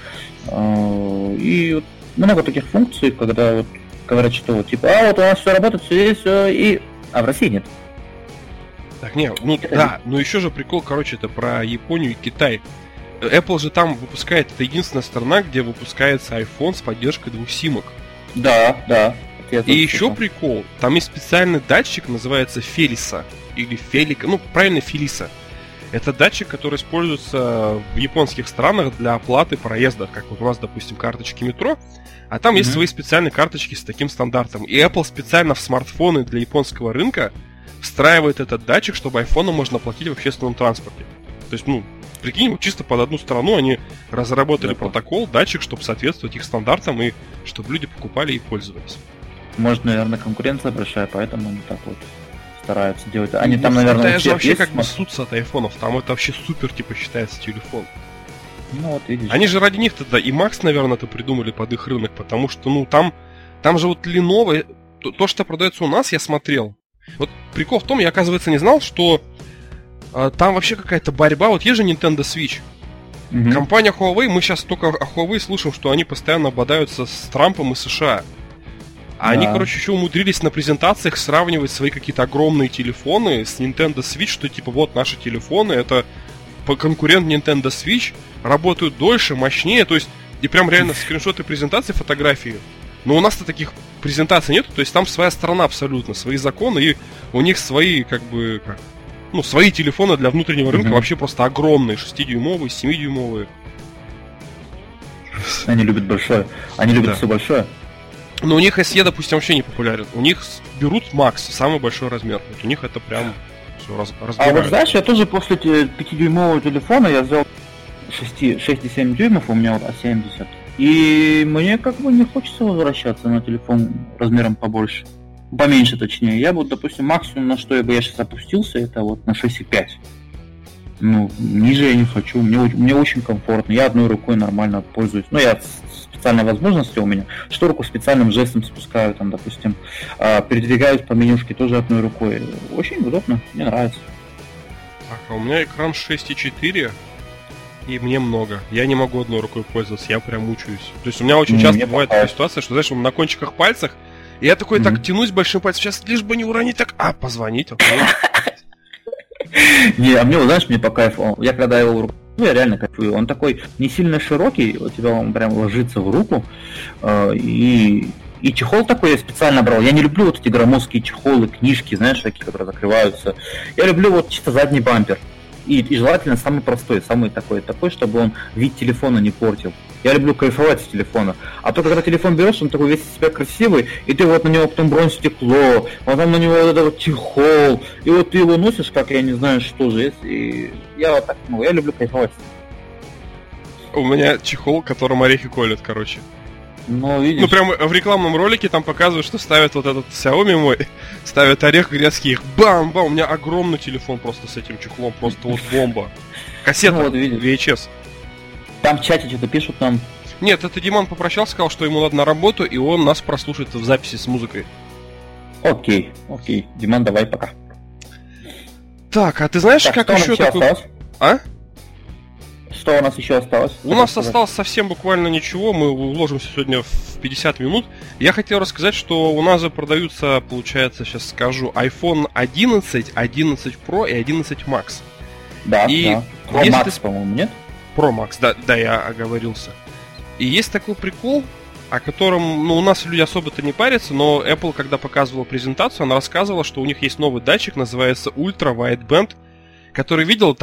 И вот много таких функций, когда вот говорят, что вот, типа, вот у нас все работает, все есть, все, а в России нет. Так, не, ну да, но еще же прикол, короче, это про Японию и Китай. Apple же там выпускает, это единственная страна, где выпускается iPhone с поддержкой 2 симок. Да. И еще прикол, там есть специальный датчик, называется Фелиса, или Фелика, ну, правильно, Фелиса. Это датчик, который используется в японских странах для оплаты проезда, как вот у нас, допустим, карточки метро, а там есть свои специальные карточки с таким стандартом. И Apple специально в смартфоны для японского рынка встраивает этот датчик, чтобы айфоном можно оплатить в общественном транспорте. То есть, ну, прикинь, вот чисто под одну страну они разработали протокол, датчик, чтобы соответствовать их стандартам и чтобы люди покупали и пользовались. Может, наверное, конкуренция большая, поэтому они так вот стараются делать. Они там, наверное, Китай же вообще как бы ссутся от айфонов, там это вообще супер, типа, считается телефон. Ну вот, видишь. Они же ради них тогда и Max, наверное, это придумали под их рынок, потому что, ну, там же вот Lenovo, то, что продается у нас, я смотрел. Вот прикол в том, я, оказывается, не знал, что там вообще какая-то борьба. Вот есть же Nintendo Switch. Компания Huawei, мы сейчас только о Huawei слушаем, что они постоянно бодаются с Трампом и США. А они, короче, еще умудрились на презентациях сравнивать свои какие-то огромные телефоны с Nintendo Switch, что типа вот наши телефоны, это конкурент Nintendo Switch, работают дольше, мощнее, то есть, и прям реально скриншоты презентации, фотографии. Но у нас-то таких презентаций нету, то есть там своя страна абсолютно, свои законы, и у них свои, как бы, свои телефоны для внутреннего рынка вообще просто огромные, 6-дюймовые, 7-дюймовые. Они любят большое, они любят все большое. Но у них SE, допустим, вообще не популярен. У них берут Max, самый большой размер. Вот у них это прям все разбирают. А вот знаешь, я тоже после 5-дюймового телефона я взял 6,7 дюймов, у меня вот А70. И мне как бы не хочется возвращаться на телефон размером побольше. Поменьше, точнее. Я вот, допустим, максимум, на что я сейчас опустился, это вот на 6,5. Ну, ниже я не хочу. Мне очень комфортно. Я одной рукой нормально пользуюсь. Ну, я специальные возможности у меня. Шторку специальным жестом спускаю, там, допустим, передвигаюсь по менюшке тоже одной рукой. Очень удобно, мне нравится. Так, а у меня экран 6,4, и мне много. Я не могу одной рукой пользоваться, я прям мучаюсь. То есть у меня очень часто бывает такая ситуация, что, знаешь, на кончиках пальцах, и я такой так тянусь большим пальцем, сейчас лишь бы не уронить, так, позвонить, Не, а мне, знаешь, мне по кайфу, я когда его я реально кайфую, он такой не сильно широкий, у тебя он прям ложится в руку, и чехол такой я специально брал, я не люблю вот эти громоздкие чехолы, книжки, знаешь, такие, которые закрываются, я люблю вот чисто задний бампер, и желательно самый простой, самый такой, чтобы он вид телефона не портил. Я люблю кайфовать с телефона. А то, когда телефон берешь, он такой весь из себя красивый, и ты вот на него потом бронестекло, потом на него вот этот вот чехол, и вот ты его носишь, как я не знаю, что же. И я вот так, я люблю кайфовать. У меня чехол, которым орехи колят, короче. Ну, видишь. Ну, прям в рекламном ролике там показывают, что ставят вот этот Xiaomi мой, ставят орех грецкий, их бам-бам, у меня огромный телефон просто с этим чехлом, просто вот бомба. Кассета, ну, вот, VHS. Там в чате что-то пишут нам. Нет, это Диман попрощался, сказал, что ему надо на работу, и он нас прослушает в записи с музыкой. Окей. Диман, давай, пока. Так, а ты знаешь, как еще такой... Осталось? Что у нас еще осталось? У нас осталось совсем буквально ничего, мы уложимся сегодня в 50 минут. Я хотел рассказать, что у нас же продаются, получается, сейчас скажу, iPhone 11, 11 Pro и 11 Max. Да, Pro Max, по-моему, нет? Pro Max, да, я оговорился. И есть такой прикол, о котором, у нас люди особо-то не парятся, но Apple, когда показывала презентацию, она рассказывала, что у них есть новый датчик, называется Ultra Wideband, который видел там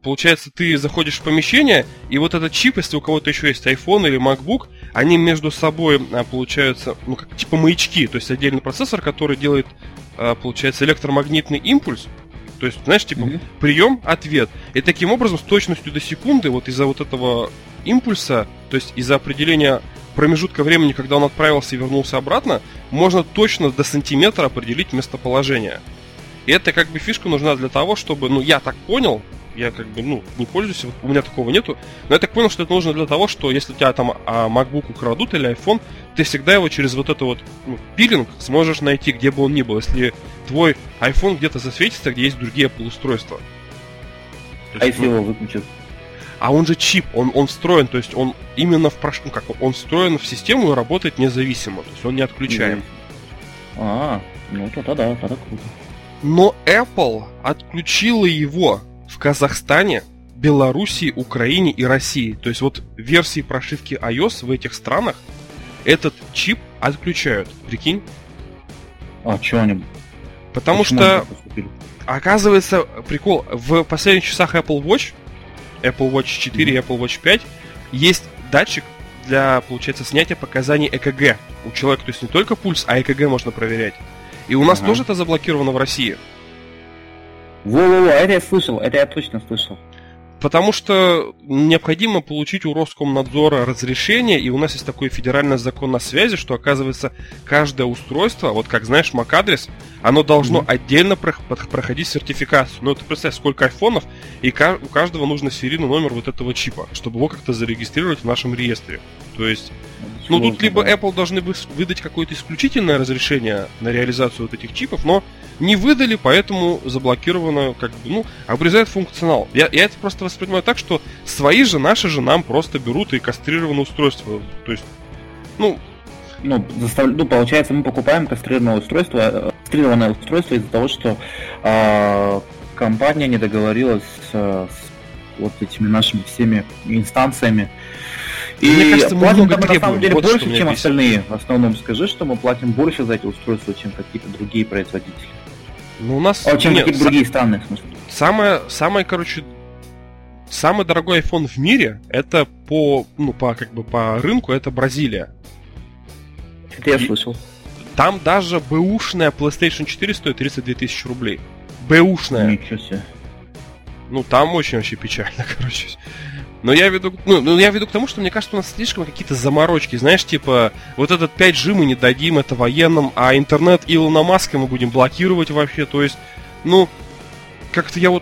получается, ты заходишь в помещение, и вот этот чип, если у кого-то еще есть iPhone или MacBook, они между собой получаются, ну, как типа маячки, то есть отдельный процессор, который делает, получается, электромагнитный импульс, то есть, знаешь, типа прием, ответ. И таким образом, с точностью до секунды, вот из-за вот этого импульса, то есть из-за определения промежутка времени, когда он отправился и вернулся обратно, можно точно до сантиметра определить местоположение. И эта как бы фишка нужна для того, чтобы, ну, я так понял, я как бы, ну, не пользуюсь, у меня такого нету, но я так понял, что это нужно для того, что если у тебя там MacBook украдут или iPhone, ты всегда его через вот это вот, ну, пилинг сможешь найти, где бы он ни был, если твой iPhone где-то засветится, где есть другие Apple устройства. А если его выключат? А он же чип, он встроен, то есть он именно он встроен в систему и работает независимо, то есть он не отключаем. Ну тогда круто. Но Apple отключила его в Казахстане, Белоруссии, Украине и России. То есть вот версии прошивки iOS в этих странах этот чип отключают. Прикинь? А чё они? Потому что, оказывается, прикол, в последних часах Apple Watch 4 и Apple Watch 5 есть датчик для, получается, снятия показаний ЭКГ у человека. То есть не только пульс, а ЭКГ можно проверять. И у нас тоже это заблокировано в России. Во-во-во, это я слышал, это я точно слышал. Потому что необходимо получить у Роскомнадзора разрешение, и у нас есть такой федеральный закон о связи, что, оказывается, каждое устройство, вот как знаешь, MAC-адрес, оно должно отдельно проходить сертификацию. Ну, ты представь, сколько айфонов, и у каждого нужно серийный номер вот этого чипа, чтобы его как-то зарегистрировать в нашем реестре. То есть, ну, тут либо Apple должны выдать какое-то исключительное разрешение на реализацию вот этих чипов, но не выдали, поэтому заблокировано, как бы, ну, обрезает функционал. Я это просто воспринимаю так, что свои же, наши же нам просто берут и кастрированное устройство. То есть, получается, мы покупаем кастрированное устройство из-за того, что компания не договорилась с вот этими нашими всеми инстанциями. И мне кажется, платим там на самом деле больше, чем остальные. В основном скажи, что мы платим больше за эти устройства, чем какие-то другие производители. Ну, у нас... чем какие-то другие страны, в смысле. Самый дорогой iPhone в мире, это по рынку, это Бразилия. Это я слышал. Там даже бэушная PlayStation 4 стоит 32 тысячи рублей. Бэушная. Ничего себе. Ну, там очень вообще печально, короче. Но я веду к тому, что мне кажется, у нас слишком какие-то заморочки. Знаешь, типа, вот этот 5G мы не дадим, это военным, а интернет Илона Маска мы будем блокировать вообще. То есть, ну, как-то я вот...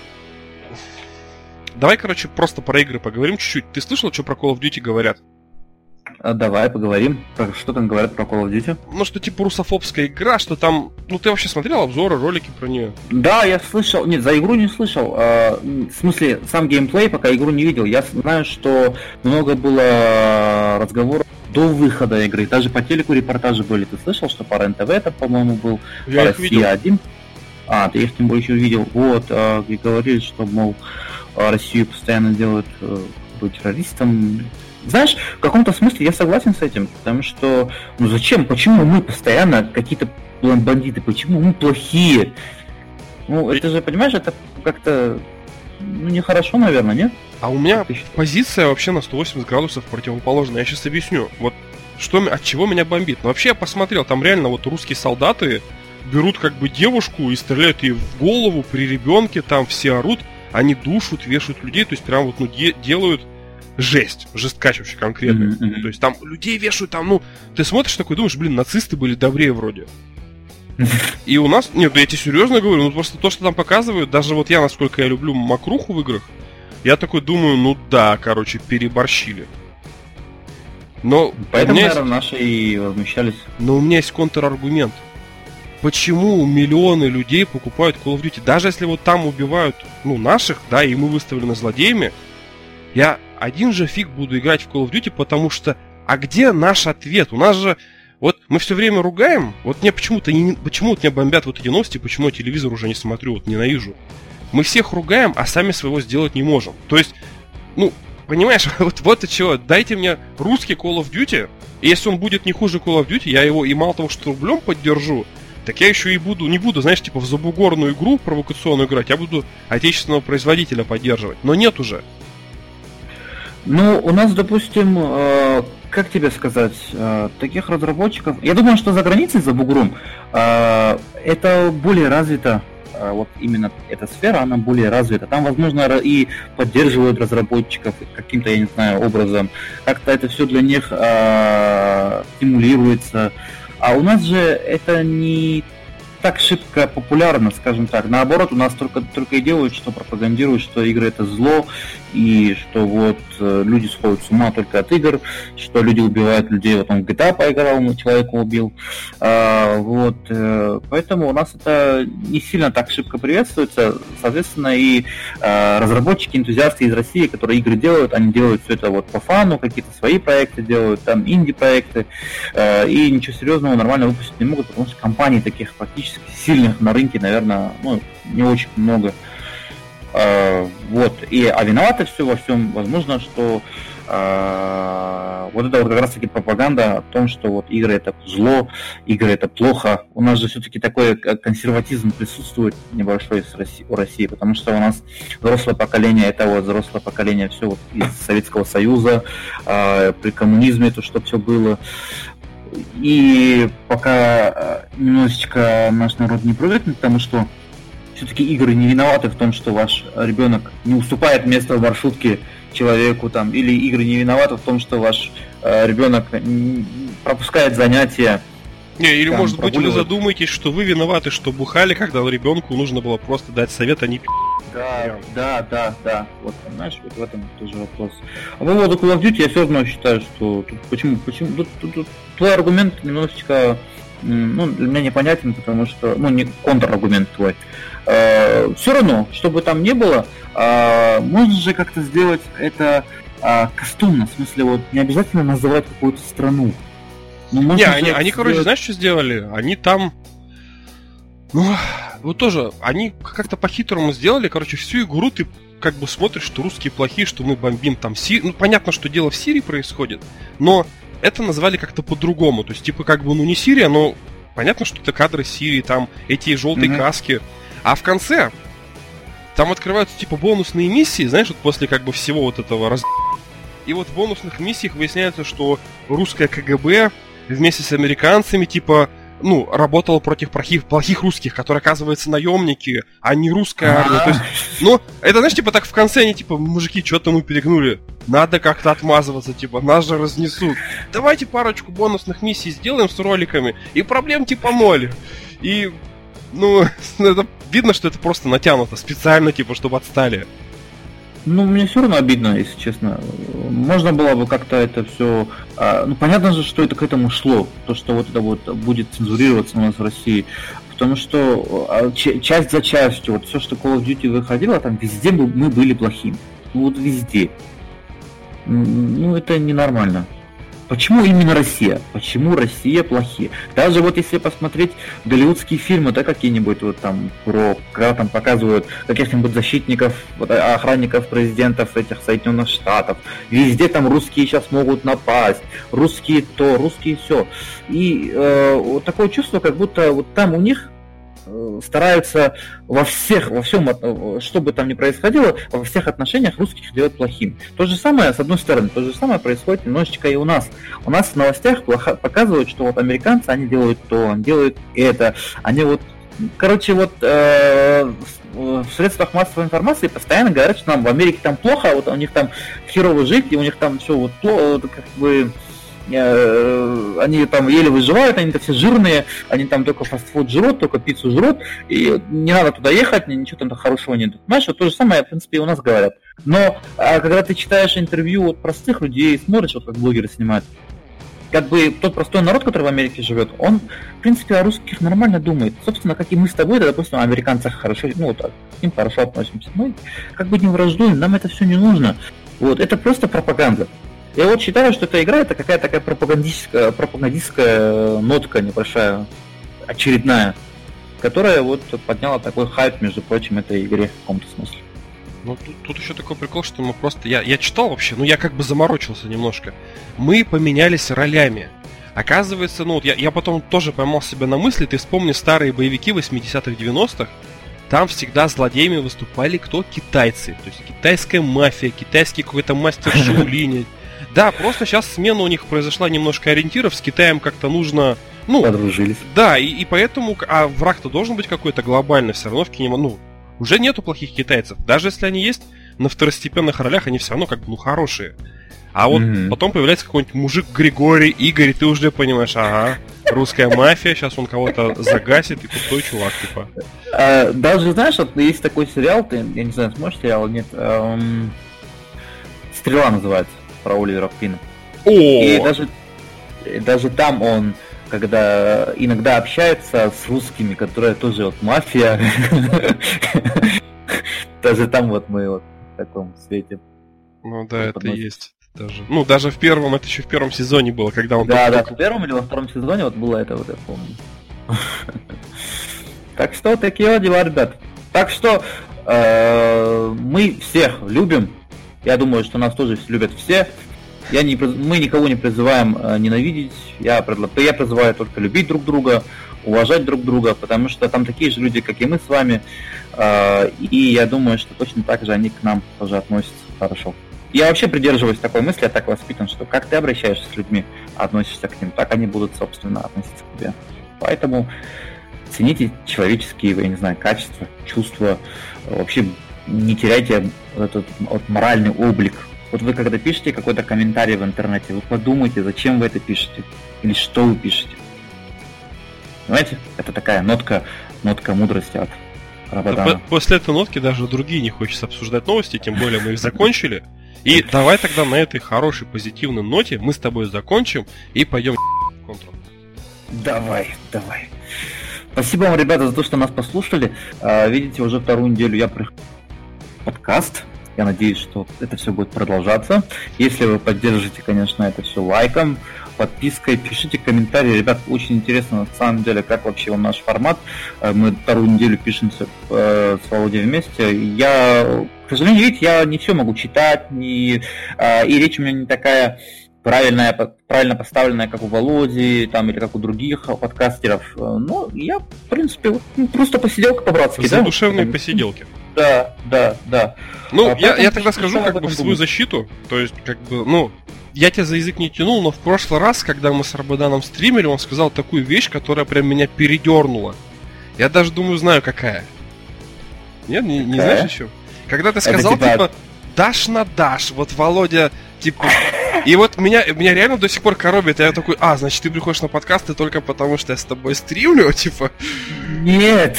Давай, короче, просто про игры поговорим чуть-чуть. Ты слышал, что про Call of Duty говорят? Давай поговорим. Что там говорят про Call of Duty? Ну, что типа русофобская игра, что там... Ну, ты вообще смотрел обзоры, ролики про нее? Да, я слышал. Нет, за игру не слышал. В смысле, сам геймплей, пока игру не видел. Я знаю, что много было разговоров до выхода игры. Даже по телеку репортажи были. Ты слышал, что по РЕН-ТВ это, по-моему, был? Я по их видел. Россия-1. Ты их тем более еще видел. Вот, и говорили, что, мол, Россию постоянно делают террористом. Знаешь, в каком-то смысле я согласен с этим, потому что, ну зачем, почему мы постоянно какие-то бандиты, почему мы плохие? Ну, это же, понимаешь, это как-то, нехорошо, наверное, нет? А у меня позиция вообще на 180 градусов противоположная. Я сейчас объясню. Вот от чего меня бомбит. Но вообще я посмотрел, там реально вот русские солдаты берут как бы девушку и стреляют ей в голову при ребенке, там все орут, они душат, вешают людей, то есть прям вот, делают... жесткач вообще конкретно. То есть там людей вешают, там, ты смотришь такой, думаешь, нацисты были добрее вроде. И у нас, нет, я тебе серьезно говорю, просто то, что там показывают, даже вот я, насколько я люблю мокруху в играх, я такой думаю, переборщили. Но поэтому, наверное, наши и возмущались. Но у меня есть контраргумент. Почему миллионы людей покупают Call of Duty? Даже если вот там убивают, наших, да, и мы выставлены злодеями, я один же фиг буду играть в Call of Duty, потому что... А где наш ответ? У нас же... Вот мы все время ругаем. Вот мне почему-то меня бомбят вот эти новости, почему я телевизор уже не смотрю, вот ненавижу. Мы всех ругаем, а сами своего сделать не можем. То есть, понимаешь, вот и чего. Дайте мне русский Call of Duty, и если он будет не хуже Call of Duty, я его и мало того, что рублем поддержу, Так я еще и не буду, знаешь, типа в забугорную игру провокационную играть, я буду отечественного производителя поддерживать. Но нет уже. Ну, у нас, допустим, как тебе сказать, таких разработчиков... Я думаю, что за границей, за бугром, это более развито. Вот именно эта сфера, она более развита. Там, возможно, и поддерживают разработчиков каким-то, я не знаю, образом. Как-то это все для них стимулируется. А у нас же это не так шибко популярно, скажем так. Наоборот, у нас только и делают, что пропагандируют, что игры это зло, и что вот люди сходят с ума только от игр, что люди убивают людей. Вот он в GTA поиграл, человека убил. Вот, поэтому у нас это не сильно так шибко приветствуется. Соответственно, и разработчики, энтузиасты из России, которые игры делают, они делают все это вот по фану, какие-то свои проекты делают, там инди-проекты, и ничего серьезного нормально выпустить не могут, потому что компаний таких практически сильных на рынке, наверное, ну, не очень много. Вот. А виноваты все во всем, возможно, что вот это вот как раз таки пропаганда о том, что вот игры это зло, игры это плохо. У нас же все-таки такой консерватизм присутствует небольшой у России, потому что у нас взрослое поколение, это вот взрослое поколение все вот из Советского Союза, при коммунизме то, что все было. И пока немножечко наш народ не привыкнет к тому, что все-таки игры не виноваты в том, что ваш ребенок не уступает место в маршрутке человеку, там, или игры не виноваты в том, что ваш ребенок пропускает занятия. Не, или там, может быть вы задумаетесь, что вы виноваты, что бухали, когда ребенку нужно было просто дать совет, а не Да. Вот, понимаешь, вот в этом тоже вопрос. А по поводу Call of Duty я все равно считаю, что тут почему тут твой аргумент немножечко, ну, для меня непонятен, потому что, ну, не контраргумент твой. Все равно, чтобы там не было, можно же как-то сделать это кастомно, в смысле, вот не обязательно называть какую-то страну. Не, они, короче, знаешь, что сделали? Они там... Ну, вот тоже, они как-то по-хитрому сделали, короче, всю игру ты как бы смотришь, что русские плохие, что мы бомбим там Сирию. Ну, понятно, что дело в Сирии происходит, но это назвали как-то по-другому. То есть, типа, как бы, ну, не Сирия, но понятно, что это кадры Сирии, там эти желтые каски. А в конце там открываются, типа, бонусные миссии, знаешь, вот после как бы всего вот этого И вот в бонусных миссиях выясняется, что русское КГБ вместе с американцами, типа, ну, работала против плохих русских, которые, оказывается, наемники, а не русская армия. То есть, ну, это, знаешь, типа, так в конце они, типа, мужики, что-то мы перегнули. Надо как-то отмазываться, типа, нас же разнесут. Давайте парочку бонусных миссий сделаем с роликами, и проблем, типа, ноль. И, ну, это видно, что это просто натянуто специально, типа, чтобы отстали. Ну, мне все равно обидно, если честно. Можно было бы как-то это все... Ну, понятно же, что это к этому шло. То, что вот это вот будет цензурироваться у нас в России. Потому что часть за частью, вот все, что Call of Duty выходило, там везде мы были плохими. Ну, вот везде. Ну, это ненормально. Почему именно Россия? Почему Россия плохие? Даже вот если посмотреть голливудские фильмы, да, какие-нибудь вот там когда там показывают каких-нибудь защитников, вот, охранников президентов этих Соединенных Штатов, везде там русские сейчас могут напасть, русские то, русские все. И вот такое чувство, как будто вот там у них стараются во всем, что бы там ни происходило, во всех отношениях русских делать плохим. То же самое, с одной стороны, то же самое происходит немножечко и у нас. У нас в новостях показывают, что вот американцы, они делают то, они делают это, они вот, короче, вот в средствах массовой информации постоянно говорят, что нам в Америке там плохо, а вот у них там херово жить, и у них там все вот плохо, как бы... Они там еле выживают, они-то все жирные, они там только фастфуд жрут, только пиццу жрут, и не надо туда ехать, ничего там хорошего нет. Понимаешь, вот то же самое, в принципе, и у нас говорят. Но когда ты читаешь интервью от простых людей, смотришь, вот как блогеры снимают, как бы тот простой народ, который в Америке живет, он, в принципе, о русских нормально думает. Собственно, как и мы с тобой, да, допустим, о американцах хорошо, ну, вот, к ним хорошо относимся. Мы как бы не враждуем, нам это все не нужно. Вот, это просто пропаганда. Я вот считаю, что эта игра это какая-то такая пропагандистская нотка небольшая, очередная, которая вот подняла такой хайп, между прочим, этой игре в каком-то смысле. Ну, тут еще такой прикол, что мы просто... Я читал вообще, ну я как бы заморочился немножко. Мы поменялись ролями. Оказывается, ну, вот я потом тоже поймал себя на мысли, ты вспомни старые боевики 80-х, 90-х, там всегда злодеями выступали кто? Китайцы. То есть китайская мафия, китайский какой-то мастер Шаолиня. Да, просто сейчас смена у них произошла немножко ориентиров, с Китаем как-то нужно... Ну, подружились. Да, и поэтому... А враг-то должен быть какой-то глобальный, все равно в кинема... Ну, уже нету плохих китайцев. Даже если они есть на второстепенных ролях, они все равно как бы, ну, хорошие. А вот потом появляется какой-нибудь мужик Григорий, Игорь, и ты уже понимаешь, ага, русская мафия, сейчас он кого-то загасит, и пустой чувак, типа. Даже, знаешь, вот есть такой сериал, ты, я не знаю, сможешь сериал, нет, «Стрела» называется, про Оливера Квина. И даже там он, когда иногда общается с русскими, которые тоже вот мафия, даже там вот мы вот в таком свете. Ну да, это есть. Даже. Ну, даже в первом, это еще в первом сезоне было, когда он... Да, в первом или во втором сезоне вот было это, вот я помню. Так что такие вот дела, ребят. Так что мы всех любим. Я думаю, что нас тоже любят все. Мы никого не призываем ненавидеть. Я призываю только любить друг друга, уважать друг друга, потому что там такие же люди, как и мы с вами. И я думаю, что точно так же они к нам тоже относятся хорошо. Я вообще придерживаюсь такой мысли, я так воспитан, что как ты обращаешься с людьми, относишься к ним, так они будут, собственно, относиться к тебе. Поэтому цените человеческие, я не знаю, качества, чувства, вообще не теряйте этот вот моральный облик. Вот вы когда пишете какой-то комментарий в интернете, вы подумайте, зачем вы это пишете, или что вы пишете. Понимаете? Это такая нотка мудрости от Рабадана. После этой нотки даже другие не хочется обсуждать новости, тем более мы их закончили. И давай тогда на этой хорошей позитивной ноте мы с тобой закончим и пойдем в контру. Давай. Спасибо вам, ребята, за то, что нас послушали. Видите, уже вторую неделю я прихожу подкаст. Я надеюсь, что это все будет продолжаться. Если вы поддержите, конечно, это все лайком, подпиской, пишите комментарии. Ребят, очень интересно на самом деле, как вообще он наш формат. Мы вторую неделю пишемся с Володей вместе. К сожалению, видите, я не все могу читать, и речь у меня не такая правильно поставленная, как у Володи, там, или как у других подкастеров. Но я, в принципе, просто посиделка по-братски. Задушевные посиделки. Да. Ну, я тогда скажу как бы в свою защиту. То есть, как бы, ну, я тебя за язык не тянул, но в прошлый раз, когда мы с Рабаданом стримили, он сказал такую вещь, которая прям меня передернула. Я даже думаю, знаю какая. Нет, не знаешь еще? Когда ты сказал, типа, дашь на дашь, вот Володя, типа... И вот меня реально до сих пор коробит, я такой, значит, ты приходишь на подкасты только потому, что я с тобой стримлю, типа... Нет,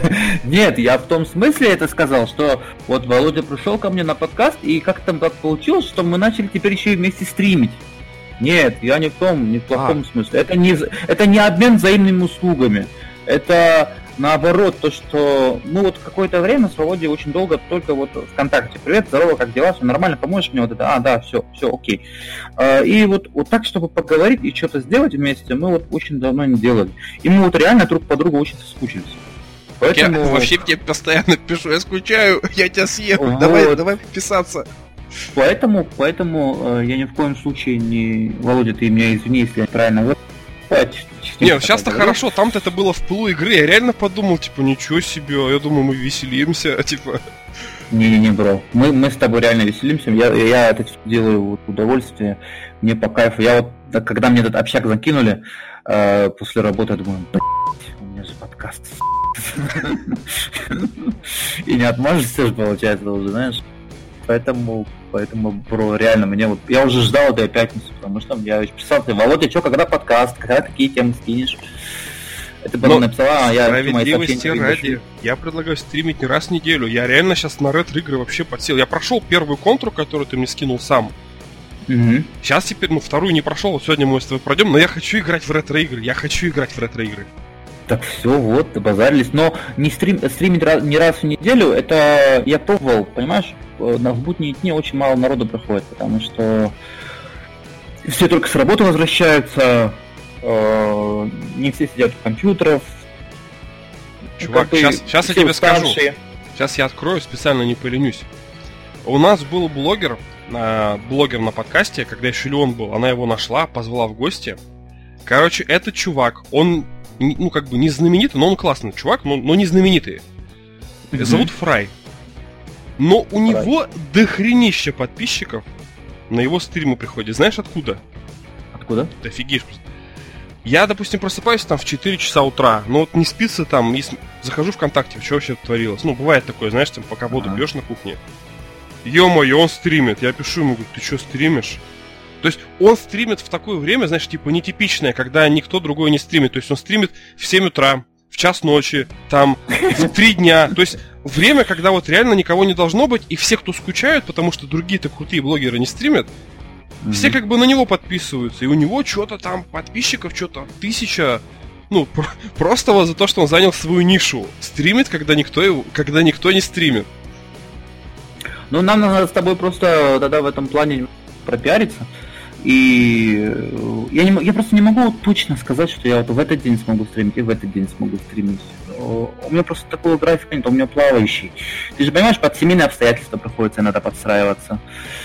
я в том смысле это сказал, что вот Володя пришел ко мне на подкаст, и как там так получилось, что мы начали теперь еще и вместе стримить. Нет, я не в плохом смысле. Это не обмен взаимными услугами. Это наоборот, то, что вот какое-то время с Володей очень долго только вот ВКонтакте. Привет, здорово, как дела, все нормально, поможешь мне вот это? Да, все, окей. И вот так, чтобы поговорить и что-то сделать вместе, мы вот очень давно не делали. И мы вот реально друг по другу очень соскучились. Поэтому... Я вообще тебе постоянно пишу, я скучаю, я тебя съем, вот. давай подписаться. Поэтому я ни в коем случае не... Володя, ты меня извини, если я правильно... Нет, сейчас-то хорошо, там-то это было в пылу игры, я реально подумал, типа, ничего себе, я думаю, мы веселимся, типа... Не, бро, мы с тобой реально веселимся, я это делаю вот удовольствие, мне по кайфу, я вот, когда мне этот общак закинули после работы, я думаю, у меня же подкаст, и не отмажешься же, получается, уже, знаешь, поэтому, бро, реально, мне вот, я уже ждал этой пятницы, потому что я писал тебе, Володя, что, когда подкаст, когда какие темы скинешь? Это было написала, я справедливости ради, я предлагаю стримить не раз в неделю, я реально сейчас на ретро-игры вообще подсел, я прошел первую контру, которую ты мне скинул сам. Сейчас теперь, вторую не прошел, вот сегодня мы с тобой пройдем, но я хочу играть в ретро-игры, Так все, вот, базарились, но не стримить не раз в неделю, это я пробовал, понимаешь? В будние дни очень мало народу приходит, потому что все только с работы возвращаются, не все сидят у компьютеров. Чувак, сейчас я тебе скажу. Сейчас я открою, специально не поленюсь. У нас был блогер на подкасте, когда еще Леон был, она его нашла, позвала в гости. Короче, этот чувак, он, ну, как бы не знаменитый, но он классный чувак, но не знаменитый. Зовут Фрай. Но у него дохренища подписчиков на его стримы приходит. Знаешь откуда? Откуда? Ты офигеешь просто. Я, допустим, просыпаюсь там в 4 часа утра, но вот не спится там, захожу ВКонтакте, что вообще творилось. Ну, бывает такое, знаешь, там, пока воду пьешь на кухне. Ё-моё, он стримит. Я пишу ему, говорю, ты что, стримишь? То есть он стримит в такое время, знаешь, типа нетипичное, когда никто другой не стримит. То есть он стримит в 7 утра, в час ночи, там, в 3 дня. То есть время, когда вот реально никого не должно быть, и все, кто скучают, потому что другие-то крутые блогеры не стримят, все как бы на него подписываются, и у него что-то там подписчиков, что-то 1000, ну, просто вот за то, что он занял свою нишу. Стримит, когда никто не стримит. Ну, нам надо с тобой просто тогда в этом плане пропиариться. И я просто не могу точно сказать, что я вот в этот день смогу стримить и в этот день смогу стримить. У меня просто такого графика нет, у меня плавающий. Ты же понимаешь, под семейные обстоятельства приходится иногда подстраиваться.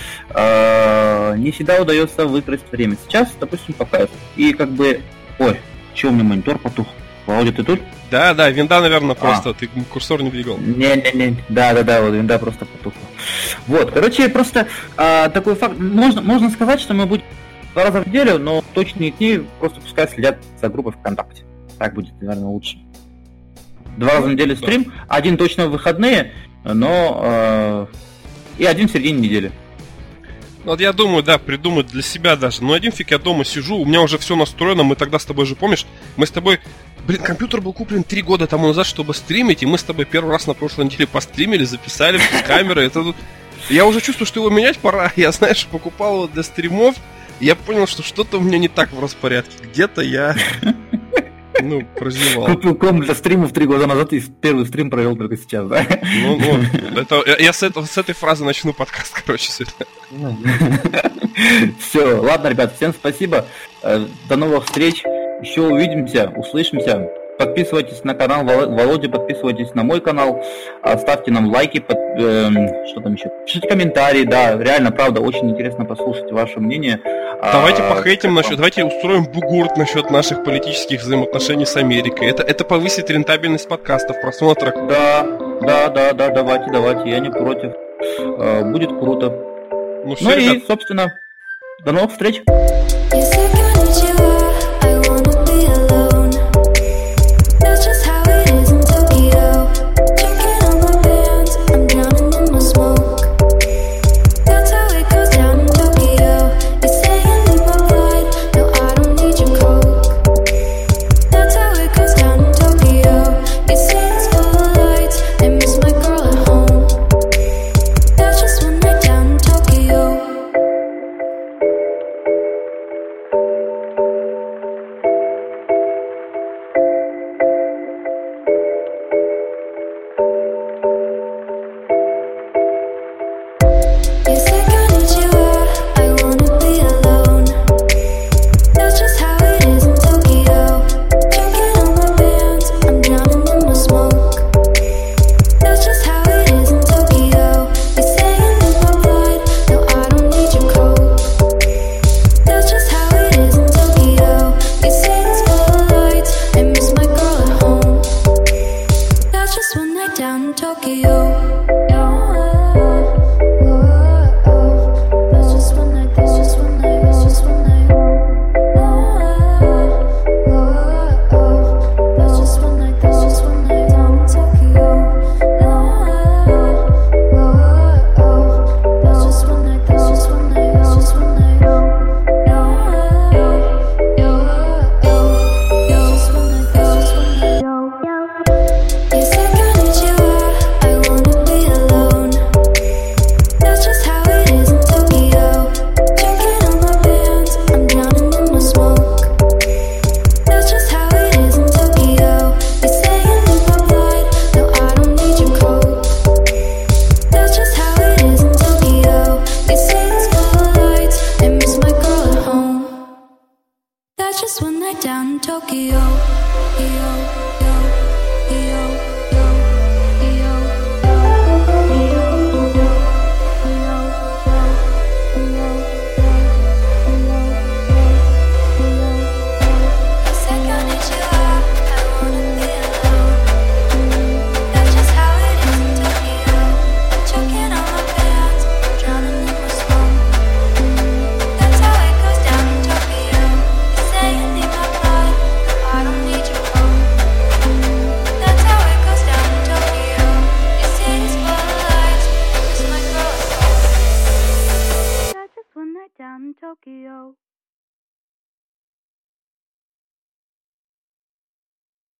Не всегда удается выкроить время. Сейчас, допустим, по кайфу. И как бы... Ой, чё у меня монитор потух? Володя, ты тут? Да, винда, наверное, просто. Ты курсор не двигал. Не. Да, вот винда просто потухла. Вот, короче, просто такой факт. Можно сказать, что мы будем 2 раза в неделю, но точные дни просто пускай следят за группой ВКонтакте. Так будет, наверное, лучше. 2 раза в неделю стрим, 1 точно в выходные, но и 1 в середине недели. Вот я думаю, да, придумать для себя даже. Но один фиг я дома сижу, у меня уже все настроено, мы тогда с тобой же, помнишь, мы с тобой... компьютер был куплен 3 года тому назад, чтобы стримить, и мы с тобой первый раз на прошлой неделе постримили, записали с камеры. Это... Я уже чувствую, что его менять пора. Я, знаешь, покупал его для стримов, и я понял, что что-то у меня не так в распорядке. Где-то я... прозевал. Купил комп для стримов 3 года назад и первый стрим провел только сейчас, да? Я с этой фразы начну подкаст, короче, сегодня. Все, ладно, ребят, всем спасибо. До новых встреч. Еще увидимся, услышимся. Подписывайтесь на канал Володи, подписывайтесь на мой канал, ставьте нам лайки, что там еще? Пишите комментарии, да, реально, правда, очень интересно послушать ваше мнение. Давайте похейтим давайте устроим бугурт насчет наших политических взаимоотношений с Америкой. Это повысит рентабельность подкастов, просмотров. Да, давайте, я не против. Будет круто. Ну и, собственно, до новых встреч. Just one night down in Tokyo.